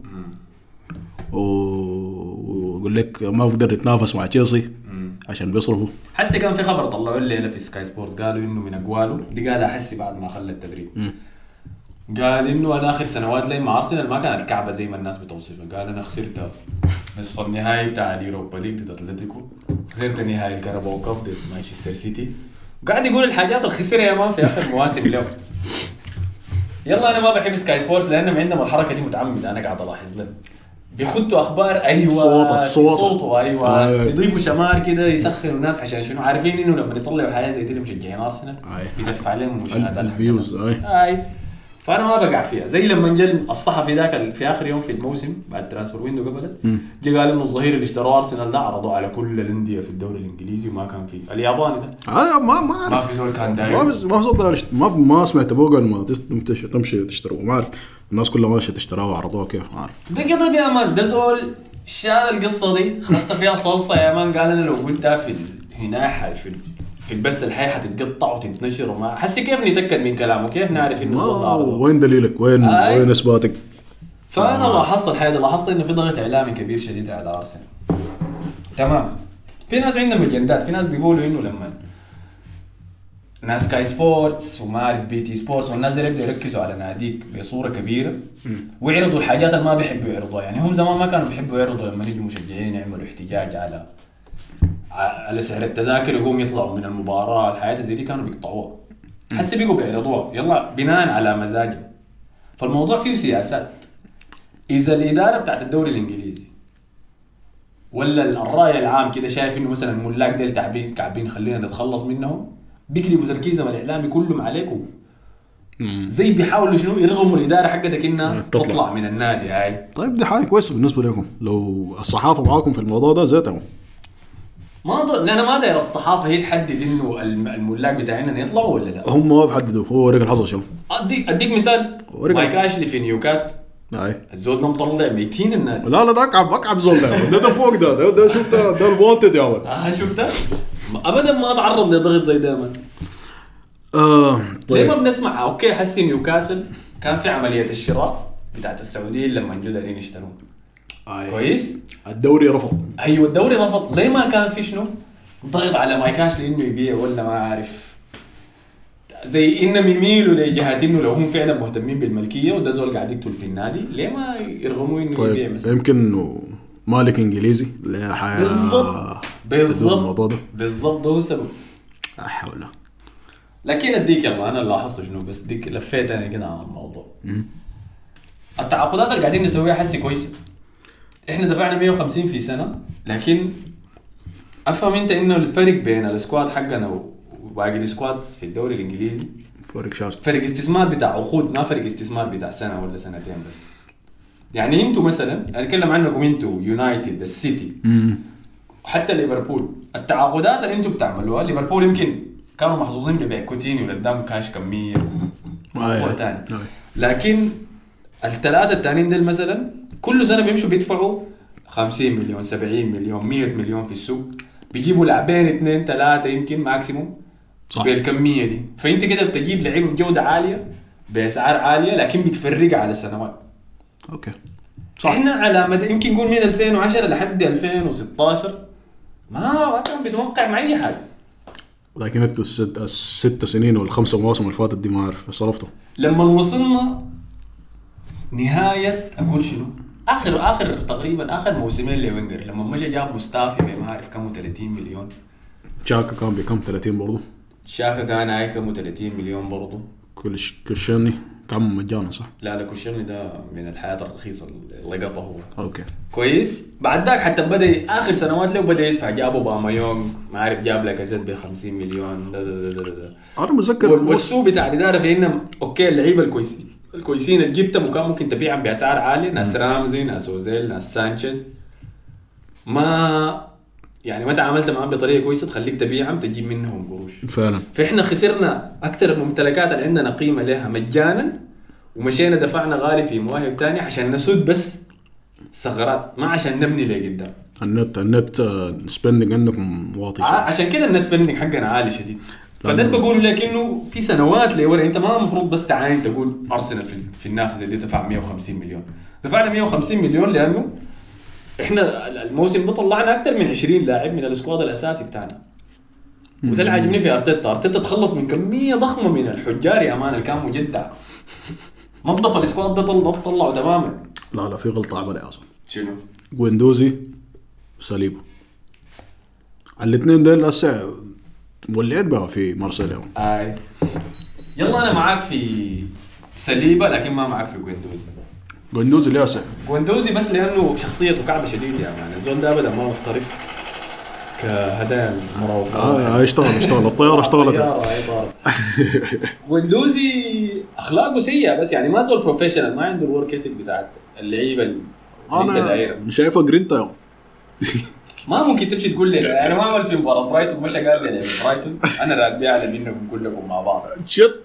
B: ويقول لك ما بقدر يتنافس مع تشيلسي عشان بيصرفوا.
A: حسي كان في خبر طلعوا الليله في سكاي سبورت قالوا انه من اقواله دي قالها حسي بعد ما خلى التدريب م. قال انه انا اخر سنوات لي مع ارسنال ما كانت الكعبه زي ما الناس بتوصفها. قال انا خسرت نصف النهائي بتاع اليوروبا ليج ضد اتلتيكو خسرت نهائي الكاراباو كاب ضد مانشستر سيتي قاعد يقول الحاجات اللي خسرها يا مان في اخر مواسم له. يلا انا ما بحب سكاي سبورتس لانهم عندهم الحركه دي متعمده انا قاعد الاحظ لهم بيخدوا اخبار ايوه
B: صوته صوته
A: صوته ايوه آه. يضيفوا شمار كده يسخنوا الناس عشان شنو عارفين انه لما يطلعوا حاجه زي دي مشجعين ارسنال بيدفع لهم مشاهدات
B: الفيوز اي
A: اي فانا ما بقع فيها. زي لما جاء الصحفي ذاك في اخر يوم في الموسم بعد ترانسفير ويندو قفلت جاء قال انه الظهير اللي اشتروا ارسنال ده عرضوا على كل الانديه في الدوري الانجليزي وما كان فيه الياباني ده
B: آه ما ما
A: ما في زول كان داير
B: ما ما صدق ما ما سمعت ابوه ما تمشي تشتروا ما الناس كلها ماشيه تشتراها وعرضوها كيف ما عارف
A: ده كده يا مان ده زول شال القصه دي خدت فيها صلصه يا مان. قال انا لو قلتها في هنا في في البث الحي حتتقطع وتتنشر وما حسي كيف نتاكد من كلامه كيف نعرف انه
B: وين دليلك وين آه. وين اثباتك.
A: فانا آه. لاحظت الحاجه لاحظت انه في ضغط اعلامي كبير شديد على ارسنال. تمام في ناس عندهم اجندات في ناس بيقولوا انه لما ناس سكاي سبورتس وما اعرف بي تي سبورتس والناس اللي يبدأوا يركزوا على ناديك بصوره كبيره ويعرضوا الحاجات اللي ما بيحبوا يعرضوها. يعني هم زمان ما كانوا بيحبوا يعرضوا لما يجوا مشجعين يعملوا احتجاج على على سعر التذاكر يقوم يطلعوا من المباراه الحياه زي دي كانوا بيقطعوها. حسي بيقوا بيعرضوها يلا بناء على مزاجهم. فالموضوع فيه سياسات. اذا الاداره بتاعت الدوري الانجليزي ولا الراي العام كده شايف انه مثلا الملاك ديل تعبين كعبين خلينا نتخلص منهم بيقلبوا تركيزهم الاعلامي كلهم عليكم زي بيحاولوا شنو يرغموا الاداره حقتك انها تطلع. تطلع من النادي هاي.
B: طيب دي حاجه كويسه بالنسبه لكم لو الصحافه معاكم في الموضوع ده زيتهم
A: ما ضل انا ما داير الصحافه هي تحدد انه الملاك بتاعنا يطلعوا ولا لا.
B: هم ما بيحددوا هو وريك الحصل شنو.
A: اديك اديك مثال مايك اشلي في نيوكاسل
B: اي
A: الزول ده مطلع ميتين النادي.
B: لا لا ده اكعب اكعب زول ده ده, ده فوق ده ده, ده شفته ده الوانتد يا ولد.
A: اه شفته ابدا ما اتعرض لضغط زي ده من
B: اه
A: طيب. ليه ما بنسمع اوكي حسي نيوكاسل كان في عمليه الشراء بتاعت السعوديين لما جو دارين يشتروا.
B: آه.
A: كويس.
B: الدوري رفض.
A: ايوه الدوري رفض. ليه ما كان في شنو ضغط على مايكاش لانه يبيع ولا ما عارف زي انهم يميلوا لجهات انه لو هم فعلا مهتمين بالملكيه وده زول قاعد يقتل في النادي ليه ما يرغموا انه
B: طيب
A: يبيع مثلا.
B: يمكن انه مالك انجليزي لا حياه
A: بالضبط بالضبط
B: ده
A: بالضبط ده هو السبب.
B: لا حول.
A: لكن اديك يلا انا لاحظت شنو بس ديك لفيت انا كده عن الموضوع. التعاقدات اللي قاعدين نسويها حسي كويسه. احنا دفعنا مية وخمسين في سنه لكن افهم انت انه الفرق بين السكواد حقنا وباقي السكوادز في الدوري الانجليزي
B: فرق شاسع.
A: فرق استثمار بتاع عقود ما فرق استثمار بتاع سنه ولا سنتين بس. يعني انتوا مثلا اتكلم عنكم انتوا يونايتد السيتي وحتى ليفربول التعاقدات اللي انتوا بتعملوها ليفربول يمكن كانوا محظوظين ببيع كوتينيو قدام كاش كميه موضوع ثاني لكن الثلاثه الثانيين دول مثلا كل سنه بيمشوا بيدفعوا خمسين مليون سبعين مليون مية مليون في السوق بيجيبوا لاعبين اثنين ثلاثه يمكن ماكسيموم بالكميه دي. فانت كده بتجيب لعيبه بجوده عاليه باسعار عاليه لكن بتفرق على سنوات.
B: اوكي
A: صح. احنا على مدى يمكن نقول من ألفين وعشرة لحد ألفين وستاشر ما ما كان بيتوقع مع اي حاجه.
B: لكن انتوا الست الست سنين والخمسه مواسم اللي فاتت دي ما اعرف صرفتوا.
A: لما وصلنا نهايه اقول شنو اخر اخر تقريبا اخر موسمين لوينجر لما مشى جاب مستافي ما اعرف كم ثلاثين مليون.
B: شاكا كان بكم ثلاثين برضه.
A: شاكا كان هاي كم ثلاثين مليون برضه.
B: كلش كوشاني كان مجانا صح.
A: لا لا كوشاني ده من الحياه الرخيصه اللي قطه هو.
B: اوكي
A: كويس. بعد ذاك حتى بدا اخر سنوات له بدا يدفع جابوا بامايونغ ما عارف جاب لك زد ب خمسين مليون ده ده ده ده.
B: انا متذكر
A: والسوق بتاع الاداره في انهم اوكي اللعيبه الكويسين الكويسين اللي جبتهم وكان ممكن تبيعهم باسعار عاليه ناس رامزي ناس اوزيل ناس سانشيز ما يعني ما تعاملت معهم بطريقه كويسه تخليك تبيعهم تجيب منهم قروش
B: فعلا.
A: فاحنا خسرنا اكثر الممتلكات اللي عندنا قيمه لها مجانا ومشينا دفعنا غالي في مواهب تانية عشان نسود بس ثغرات ما عشان نبني لقدام.
B: النت النت سبندنج عندكم واطي.
A: عشان كده النت سبندنج حقنا عالي شديد. فده بقول لك انه في سنوات لورا انت ما المفروض بس تعاين تقول ارسنال في, في النافذه دي دفع مية وخمسين مليون. دفعنا مية وخمسين مليون لانه احنا الموسم ده طلعنا اكثر من عشرين لاعب من السكواد الاساسي بتاعنا. وده اللي عاجبني في ارتيتا. ارتيتا تخلص من كميه ضخمه من الحجار يا امان اللي كان مجدع. نظف السكواد ده طلع طلعوا تماما.
B: لا لا في غلطه عملها اصلا.
A: شنو؟
B: جويندوزي وساليبو الاثنين دول هسه ولعت بقى في مارسيليا.
A: اي يلا انا معاك في سليبة لكن ما معاك في جويندوزي.
B: جويندوزي ليه هسه؟
A: جويندوزي بس لانه شخصيته كعبه شديد يعني الزول ده ابدا ما محترف كهدايا المراوغه.
B: اه اشتغل اشتغل الطياره اشتغلت.
A: جويندوزي اخلاقه سيئه بس يعني ما زول بروفيشنال ما عنده الورك اثيك بتاعت اللعيبه اللي انت دايره.
B: انا شايفه جرينتا يوم
A: ما ممكن تمشي تقول لي انا ما عمل في مباراه برايتون مش قال لي برايتون انا راكبي اعلى منكم كلكم مع بعض.
B: شت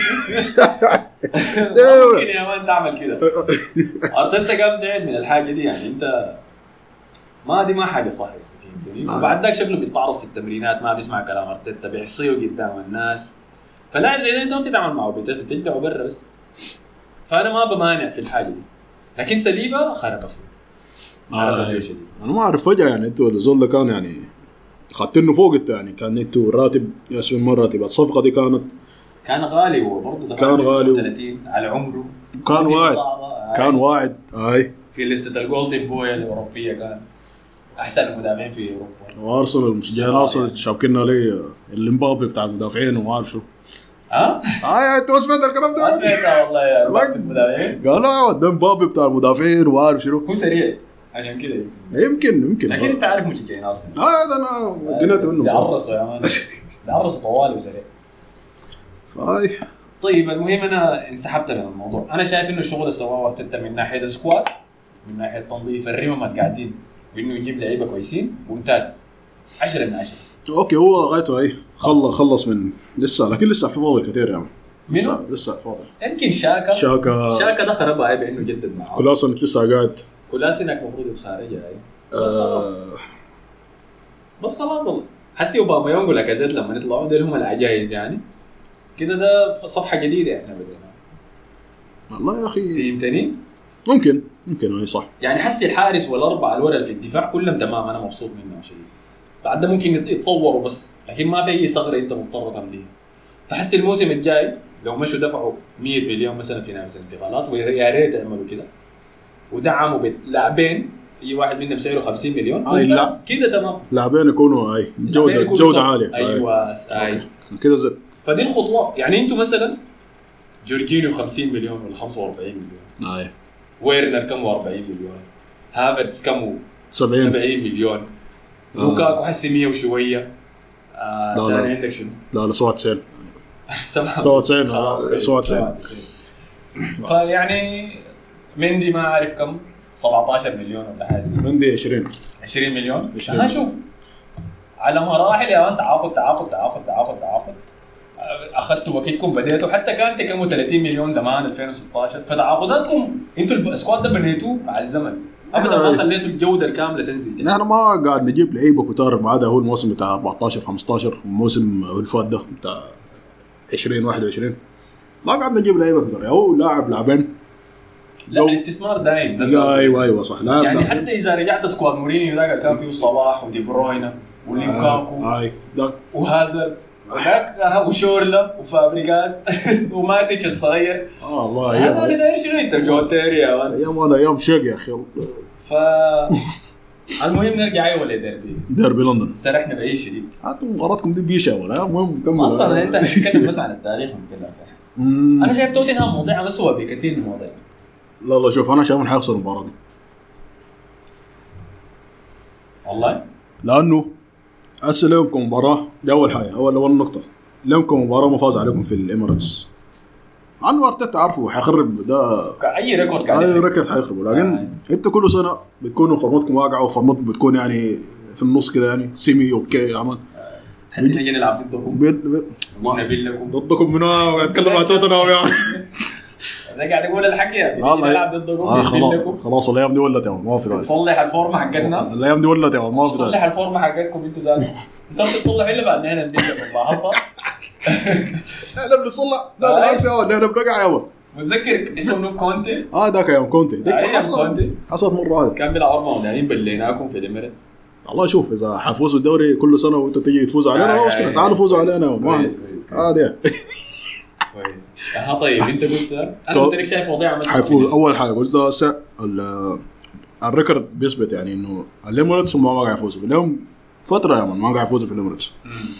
A: ممكن يا مان تعمل كده. ارتيتا كان زعل من الحاجه دي يعني انت ما دي ما حاجه صح فهمتني. وبعد ذاك شكله بيتعرض في التمرينات ما بيسمع كلام ارتيتا بيحصيه قدام الناس. فلاعب زي ده انت ما تتعامل معه بترجعه برا بس. فانا ما بمانع في الحاجه دي لكن سليبة خرب فيه.
B: آه انا ما اعرف فجاه يعني انتوا الزول ده كان يعني خدتنه فوق انت يعني كان انتوا راتب ياسمين مره راتب الصفقه دي كانت
A: كان غالي وبرضه
B: كان غالي
A: ثلاثين على عمره
B: كان واعد كان واعد اي
A: في لسته الجولدن بوي الاوروبيه كان احسن المدافعين في اوروبا.
B: وارسنال مشجعين ارسنال شابكين عليه الامبابي بتاع المدافعين وما اعرف شو.
A: ها
B: اه انت سمعت الكلام ده؟
A: سمعت والله يا المدافعين
B: قالوا ده امبابي بتاع المدافعين وما اعرف شنو.
A: هو سريع عشان كده
B: يمكن يمكن
A: لكن انت عارف مشجعين ارسنال
B: اه ده انا ودينته انه
A: بيعرسوا يا مان بيعرسوا طوال وسريع.
B: اي
A: طيب المهم انا انسحبت من الموضوع. انا شايف انه الشغل اللي سواه ارتيتا من ناحيه سكواد من ناحيه تنظيف الريمه قاعدين وانه يجيب لعيبه كويسين ممتاز عشرة من عشرة.
B: اوكي هو غايته اي خلص خلص من لسه لكن لسه في فاضل كثير يعني لسه لسه فاضل.
A: يمكن شاكا
B: شاكا
A: شاكا ده خربها هاي بانه جدد معاه.
B: كلاسن لسه قاعد
A: كلاسينك المفروض يتخارجها هاي بس
B: آه
A: خلاص بس خلاص والله حسي اوباميونغ ولا كازيت لما يطلعوا دول هم العجايز يعني كده ده صفحه جديده احنا بدينا.
B: والله يا اخي
A: فهمتني؟
B: ممكن ممكن اي صح.
A: يعني حسي الحارس والاربعه الورا في الدفاع كلهم تمام، انا مبسوط منهم شيء. بعد ده ممكن يتطوروا بس، لكن ما في اي ثغره انت مضطر تمديها. فحسي الموسم الجاي لو مشوا دفعوا مية مليون مثلا في نفس الانتقالات، ويا ريت يعملوا كده ودعموا بلاعبين اي واحد منهم سعره خمسين مليون كده تمام.
B: لاعبين يكونوا اي جوده جوده عاليه.
A: ايوه اي
B: كده زين.
A: فدي الخطوات. يعني انتوا مثلا جورجينيو خمسين مليون ولا خمسة وأربعين مليون،
B: اي
A: ويرنر كم أربعين مليون، هافرتس كم
B: سبعين
A: مليون، آه. لوكاكو حسي مية وشويه. آه
B: لا لا
A: عندك شنو؟
B: لا لا سبعة وتسعين سبعة وتسعين سبعة وتسعين.
A: فيعني مندي ما عارف كم سبعة عشر مليون ولا حاجه.
B: مندي عشرين
A: عشرين مليون. ها شوف على مراحل يا مان، تعاقد تعاقد تعاقد تعاقد تعاقد اخذتوا وقتكم، بديتوا حتى كانت كم ثلاثين مليون زمان ألفين وستة عشر. فتعاقداتكم انتوا السكواد ده بنيتوه مع الزمن، ابدا ما خليتوا الجوده الكامله تنزل.
B: نحن ما قاعد نجيب لعيبه كتار ما عدا هو الموسم بتاع أربعتاشر خمستاشر والموسم اللي فات ده بتاع عشرين واحد وعشرين ما قاعد نجيب لعيبه كتار. هو لاعب لاعبين.
A: لا الاستثمار دايم.
B: ايوه ايوه صح. لاعب
A: يعني
B: لاعب.
A: حتى اذا رجعت سكواد مورينيو ذاك كان فيه صلاح ودي بروينا ولوكاكو
B: اي ده
A: وهازارد ذاك وشورلا وفابريغاس وماتيتش الصغير.
B: اه والله يا
A: هذا ده شنو انت جوتيري يا مان.
B: ايام انا يوم شق يا اخي.
A: ف المهم نرجع ايوه لديربي
B: ديربي لندن.
A: سرحنا باي شديد.
B: انتم مباراتكم دي بيشه ولا المهم كمل.
A: اصلا انت تتكلم بس عن التاريخ ونتكلم عنه. انا شايف توتنهام موضوعها مسوى بكثير من المواضيع.
B: لا لا شوف انا شايف انه حيخسر المباراه دي
A: والله،
B: لانه هسه لكم مباراه دي اول حاجه. اول اول نقطه لكم مباراه ما فاز عليكم في الاميريتس. عنو ارتيتا عارفه حيخرب ده
A: اي ريكورد قاعد
B: اي ريكورد حيخربه. لكن آه. انت كل سنه بتكونوا فورمتكم واقعه وفورمتكم بتكون يعني في النص كده يعني سيمي اوكي يا مان.
A: حتى نجي نلعب ضدكم
B: بيد
A: نبيل لكم
B: ضدكم منو اتكلم عن توتنهام يعني.
A: انا قاعد اقول الحكي نلعب ضدكم
B: نبيل لكم. خلاص الايام دي ولت يا ما في ذلك.
A: نصلح الفورمه حقتنا.
B: الايام دي ولت يا ما في ذلك.
A: نصلح الفورمه حقتكم انتوا ذاتكم. انتوا بتصلحوا الا بعد هنا نبيل لكم لاحظت.
B: احنا بنصلح. لا بالعكس يا ولد احنا بنرجع يا ولد.
A: متذكر اسمه كونتي؟
B: اه ذاك يوم كونتي
A: ديك كونتي
B: حصلت مره واحده
A: كان بيلعب اربعه ونايم بليناكم في الاميريتس.
B: الله شوف اذا حنفوزوا الدوري كل سنه وانت تيجي تفوزوا علينا ما مشكله. تعالوا فوزوا علينا ما عادي
A: كويس. ها طيب انت قلت انا قلت لك شايف وضيعه مثلا
B: حيفوز. اول حاجه قلت الريكورد بيثبت يعني انه الاميريتس ما قاعد يفوزوا اليوم فتره يا من ما قاعد يفوزوا في الاميريتس.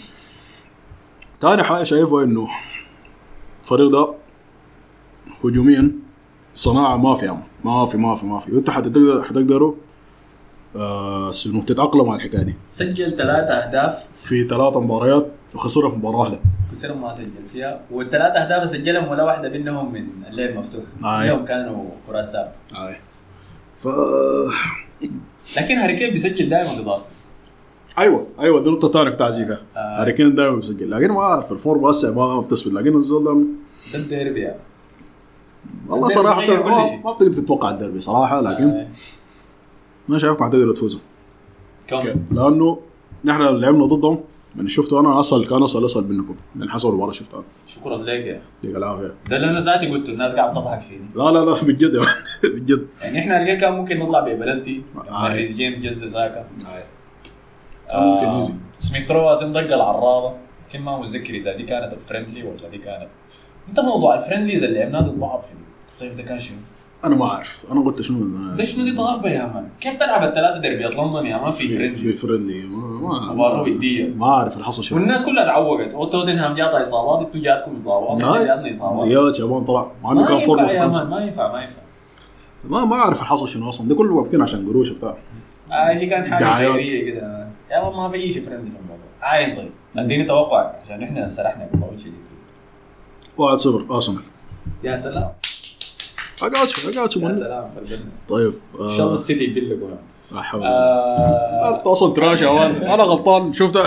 B: ثاني حاجه شايفه انه الفريق ده هجوميا صناعه ما في يعني ما في ما في ما في وانت حتقدر حتقدروا آه انه تتاقلموا على الحكايه دي.
A: سجل ثلاثة اهداف
B: في ثلاث مباريات وخسرها في مباراه واحده.
A: خسروا ما سجل فيها والثلاث اهداف سجلهم ولا واحده منهم من الليل مفتوح.
B: آه
A: اليوم كانوا كراسات.
B: اه ف
A: لكن هاري كين بيسجل دائما بضاص.
B: ايوه ايوه دي نقطه ثانيه بتاع زيكا.
A: آه.
B: هاري كين دائما بيسجل لكن ما اعرف الفورم واسع ما بتثبت. لكن الزول ده
A: ده الديربي يعني.
B: والله صراحه ما بتقدر تتوقع الديربي صراحه. لكن آه. ما شايفكم حتقدروا تفوزوا لانه نحن لعبنا ضدهم من شفتوا انا اصل كان اصل اصل منكم من حسب المباراه شفتها.
A: شكرا لك يا اخي.
B: يعطيك العافيه.
A: ده اللي انا ذاتي قلت الناس قاعد تضحك فيني.
B: لا لا لا بجد يا بجد
A: يعني احنا الرجال كان ممكن نطلع ببلنتي ريس جيمس جز ساكا
B: آه. ممكن يزي
A: سميث رو اظن دق العراضه. كم ما متذكر اذا دي كانت الفريندلي ولا دي كانت انت موضوع الفريندليز اللي لعبناه ضد بعض في الصيف ده كان شنو؟
B: انا ما اعرف. انا قلت شنو
A: ده شنو دي ضربه يا مان. كيف تلعب الثلاثه ديربيات لندن يا مان في فريندلي
B: في فريندلي ما
A: مباراه وديه
B: ما اعرف الحصل شنو.
A: والناس كلها تعوقت. توتنهام جاتها اصابات انتوا جاتكم اصابات احنا جاتنا اصابات
B: زياد شباب طلع مع انه كان فورمه
A: يا مان. ما ينفع ما ينفع
B: ما ما اعرف الحصل شنو اصلا. ده كله واقفين عشان قروش بتاع
A: اه هي كان حاجه خيريه كده يا مان. ما في شيء فريندلي في الموضوع. عاين طيب اديني توقعك عشان احنا سرحنا بالطول شديد.
B: واحد صفر ارسنال.
A: يا سلام
B: اقعدش اقعدش
A: يا سلام فرقنا.
B: طيب
A: ان شاء الله السيتي يبلغوا يعني.
B: لا حول ولا انت اصلا تراش يا ولد. انا غلطان شفتها.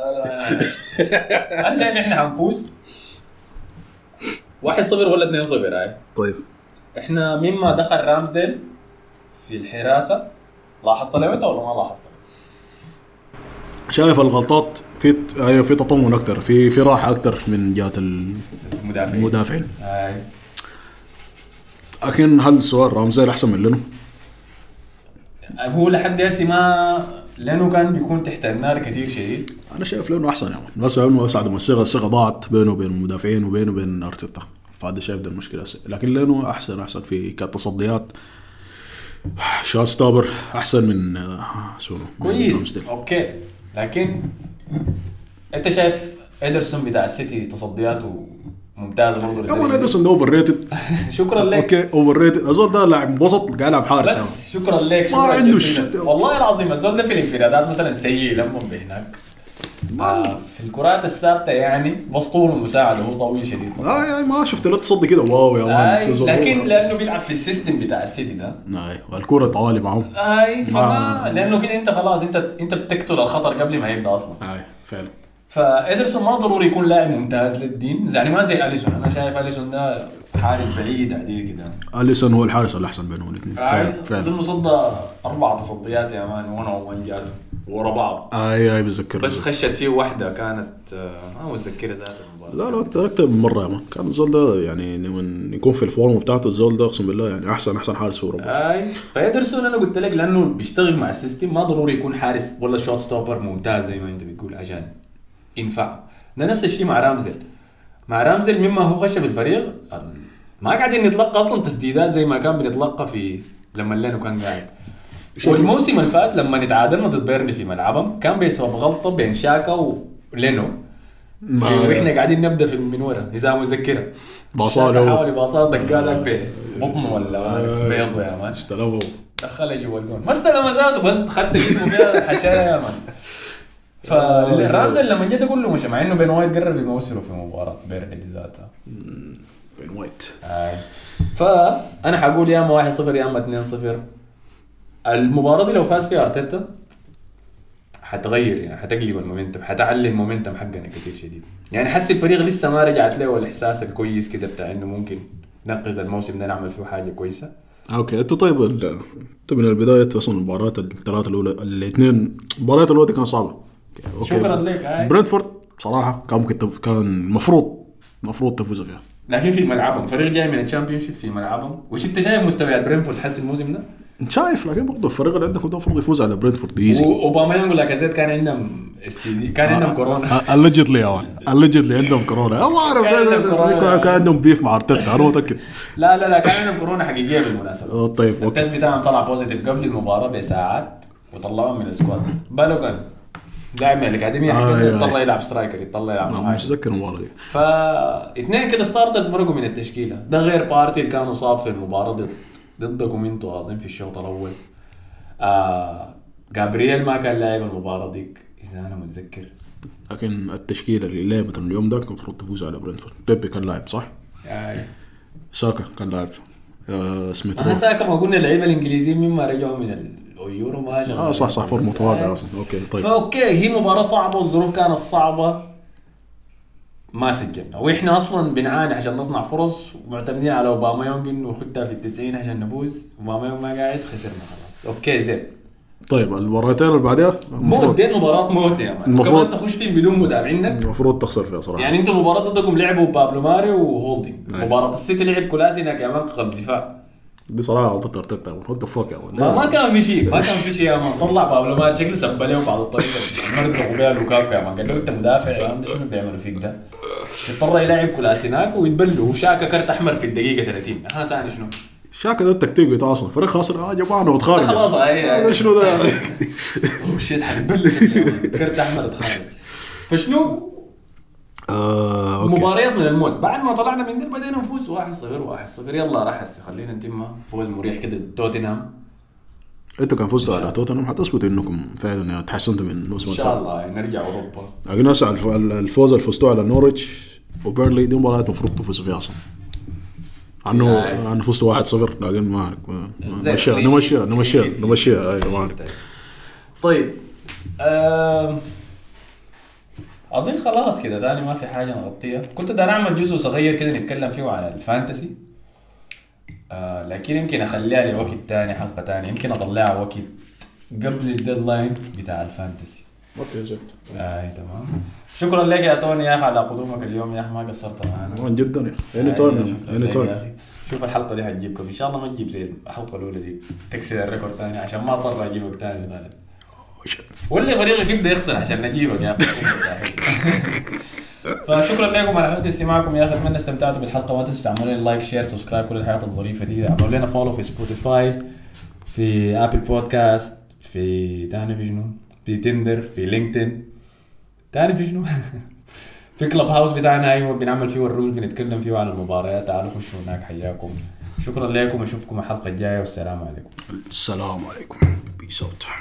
A: انا شايف احنا حنفوز واحد صفر ولا اثنين صفر. هاي
B: طيب
A: احنا مما دخل رامزديل في الحراسه لاحظت لعبته ولا ما لاحظت؟
B: شايف الغلطات في ايوه في تطمن اكثر في في راحه اكثر من جهه المدافعين.
A: هاي
B: لكن هل سؤال رامزيل احسن من لينو؟
A: هو لحد هسه ما لانه كان بيكون تحت النار كثير شديد.
B: انا شايف لينو احسن يعني بس انه ساعه ما الصيغه الصيغه ضاعت بينه وبين المدافعين وبينه وبين ارتيتا فهذا شايف ده المشكله. لكن لينو احسن احسن في كتصديات. شات ستوبر احسن من سونو
A: كويس اوكي. لكن انت شايف إيدرسون بتاع السيتي تصدياته ممتاز برضه.
B: كمان إيدرسون ده اوفر ريتد.
A: شكرا لك.
B: اوكي اوفر ريتد. الزول ده لاعب وسط قاعد يلعب حارس.
A: بس شكرا لك.
B: ما عنده شيء
A: والله العظيم الزول ده في الانفرادات مثلا سيء لما بهناك. آه في الكرات الثابته يعني بسطول المساعده هو طويل شديد.
B: اه يعني ما شفت له تصدي كده واو يا مان.
A: لكن لانه بيلعب في السيستم بتاع السيتي ده.
B: اي والكره طوالي معهم.
A: اي فما لانه كده انت خلاص انت انت بتقتل الخطر قبل ما يبدا اصلا.
B: اي فعلا.
A: فإيدرسون ما ضروري يكون لاعب ممتاز للدين يعني ما زي أليسون. انا شايف أليسون ده حارس بعيد عديد كده.
B: أليسون هو الحارس الاحسن بينهم الاثنين
A: فعلا فعلا. اظن صدى اربع تصديات يا مان وانا وين جاته ورا بعض.
B: اي اي بتذكر
A: بس خشت فيه واحده كانت ما متذكره ذات المباراه.
B: لا لا اكثر اكثر من مره يا مان. كان الزول ده يعني لما يكون في الفورم بتاعته الزول ده اقسم بالله يعني احسن احسن حارس في اوروبا.
A: اي فإيدرسون انا قلت لك لانه بيشتغل مع السيستم ما ضروري يكون حارس ولا شوت ستوبر ممتاز زي ما انت بتقول عشان ينفع. ده نفس الشيء مع رامزل. مع رامزل مما هو خش بالفريق ما قاعدين نتلقى اصلا تسديدات زي ما كان بنتلقى في لما لينو كان قاعد. والموسم اللي فات لما نتعادلنا ضد بيرني في ملعبهم كان بسبب غلطه بين شاكا ولينو واحنا قاعدين نبدا في من ورا اذا مذكره.
B: باصاله
A: حاول باصات دقالك ببطنه ولا بيضه يا مان.
B: استلمه
A: دخله جوا الجون ما استلم ذاته بس خد جسمه فيها حشايه يا مان. فرامزل لما جيت اقول له مش مع انه بين وايت قرب يموسله في مباراه بيرني ذاتها
B: بين وايت.
A: آه. فانا حقول يا اما واحد صفر يا اما اثنين صفر. المباراه دي لو فاز فيها ارتيتا حتغير يعني حتقلب المومنتم حتعلي المومنتم حقنا كثير شديد. يعني حس الفريق لسه ما رجعت له الاحساس الكويس كده بتاع انه ممكن ننقذ الموسم ده نعمل فيه حاجه كويسه.
B: اوكي انت طيب انت من البدايه اصلا المباريات الثلاثه الاولى الاثنين المباريات الاولى كانت صعبه.
A: شكرا لك. آه.
B: برنتفورد صراحه كان ممكن تف... كان المفروض المفروض تفوز فيها
A: لكن في ملعبهم فريق جاي من الشامبيونشيب في ملعبهم. وش انت شايف مستويات برنتفورد حس الموسم ده؟
B: شايف لكن برضه الفريق اللي عندك المفروض يفوز على برنتفورد بيزي.
A: واوباميانغ ولاكازيت كان عندهم استدي كان عندهم كورونا.
B: اليجيدلي يا مان اليجيدلي عندهم كورونا. ما اعرف كان عندهم بيف مع ارتيتا انا متاكد.
A: لا لا لا كان عندهم كورونا حقيقيه بالمناسبه.
B: طيب
A: التست بتاعهم طلع بوزيتيف قبل المباراه بساعات وطلعوهم من السكواد. بالوغان لاعب من الاكاديميه حقته يطلع يلعب سترايكر يطلع يلعب مهاجم.
B: مش متذكر المباراه دي.
A: فاثنين كده ستارترز مرقوا من التشكيله. ده غير بارتي اللي كان مصاب في المباراه ضد ضدكم انتوا اظن في الشوط الاول. آه جابرييل ما كان لاعب المباراه ديك اذا انا متذكر.
B: لكن التشكيله اللي لعبت اليوم ده كان المفروض تفوز على برنتفورد. بيبي كان لاعب صح؟
A: اي
B: ساكا كان لاعب. آه سميث
A: رو ساكا ما قلنا اللعيبه الانجليزيين مما رجعوا من اليورو ما شغال.
B: اه صح صح فورمه واضحه اصلا. اوكي طيب
A: فاوكي هي مباراه صعبه والظروف كانت صعبه ما سجلنا واحنا اصلا بنعاني عشان نصنع فرص ومعتمدين على اوباميانغ انه يخدها في التسعين عشان نفوز. اوباميانغ ما قاعد خسرنا خلاص. اوكي زين.
B: طيب المباراتين اللي بعدها
A: المفروض دي مباراه موت يا مان. كمان تخش فين بدون مدافعينك
B: المفروض تخسر فيها صراحه.
A: يعني انتم مباراه ضدكم لعبوا بابلو ماري وهولدينج. مباراه السيتي لعب كولاسيناك يا مان قلب دفاع.
B: دي صراحه غلطه ارتيتا وات ذا فوك يا مان.
A: ما, ما كان في شيء ما كان في شيء يا مان. طلع بابلو ماري شكله سب له بعض الطريقه مرتقوا بها لوكاكو يا مان. قال له انت مدافع يا مان شنو بيعملوا فيك ده. اضطر يلعب كولاسيناك ويتبلوا وشاكا كرت احمر في الدقيقه ثلاثين. ها ثاني شنو
B: شاكا ده التكتيك بتاعه اصلا فريق خاسر اه جماعه انا بتخارج
A: خلاص هاي
B: شنو ده
A: وشيت حنبلش كرت احمر اتخارج. فشنو
B: آه،
A: مباريات من الموت. بعد ما طلعنا من دي بدينا نفوز واحد صفر واحد صفر. يلا راح هسه خلينا نتم فوز مريح كده توتنهام.
B: انتوا كان فزتوا على توتنهام حتثبتوا انكم فعلا تحسنتوا من الموسم
A: ان شاء الله نرجع اوروبا.
B: لكن هسه الفوز اللي فزتوا على نوريتش وبيرنلي دي مباراه المفروض تفوزوا فيها اصلا. عنه عنه فزتوا واحد صفر لكن ما اعرف نمشيها نمشيها نمشيها نمشيها ايوه ما اعرف.
A: طيب أه... اظن خلاص كده داني ما في حاجه نغطيها. كنت داير اعمل جزء صغير كده نتكلم فيه عن الفانتسي آه لكن يمكن اخليها لوقت تاني حلقه تانية. يمكن اطلعها وقت قبل الديدلاين بتاع الفانتسي.
B: اوكي زين
A: آه تمام. شكرا لك يا توني يا اخي على قدومك اليوم يا اخي ما قصرت معنا
B: جدا يا اني تايم اني تايم.
A: شوف الحلقه دي هتجيبكم ان شاء الله، ما تجيب زي الحلقه الاولى دي تكسر الريكورد ثاني عشان ما اضطر اجيبك ثاني غالبا. واللي فريقك يبدا يخسر عشان نجيبك يا اخي. فشكرا لكم على حسن استماعكم يا اخي، اتمنى استمتعتوا بالحلقه. ما تنسوا تعملوا لنا لايك شير سبسكرايب كل الحياه الظريفه دي. اعملوا لنا فولو في سبوتيفاي، في ابل بودكاست، في تاني في شنو، في تندر، في لينكدين، تاني في شنو في كلب هاوس بتاعنا ايوه بنعمل فيه الرول بنتكلم فيه عن المباريات. تعالوا خشوا هناك. حياكم، شكرا لكم، اشوفكم الحلقه الجايه والسلام عليكم.
B: السلام عليكم. بيس اوت.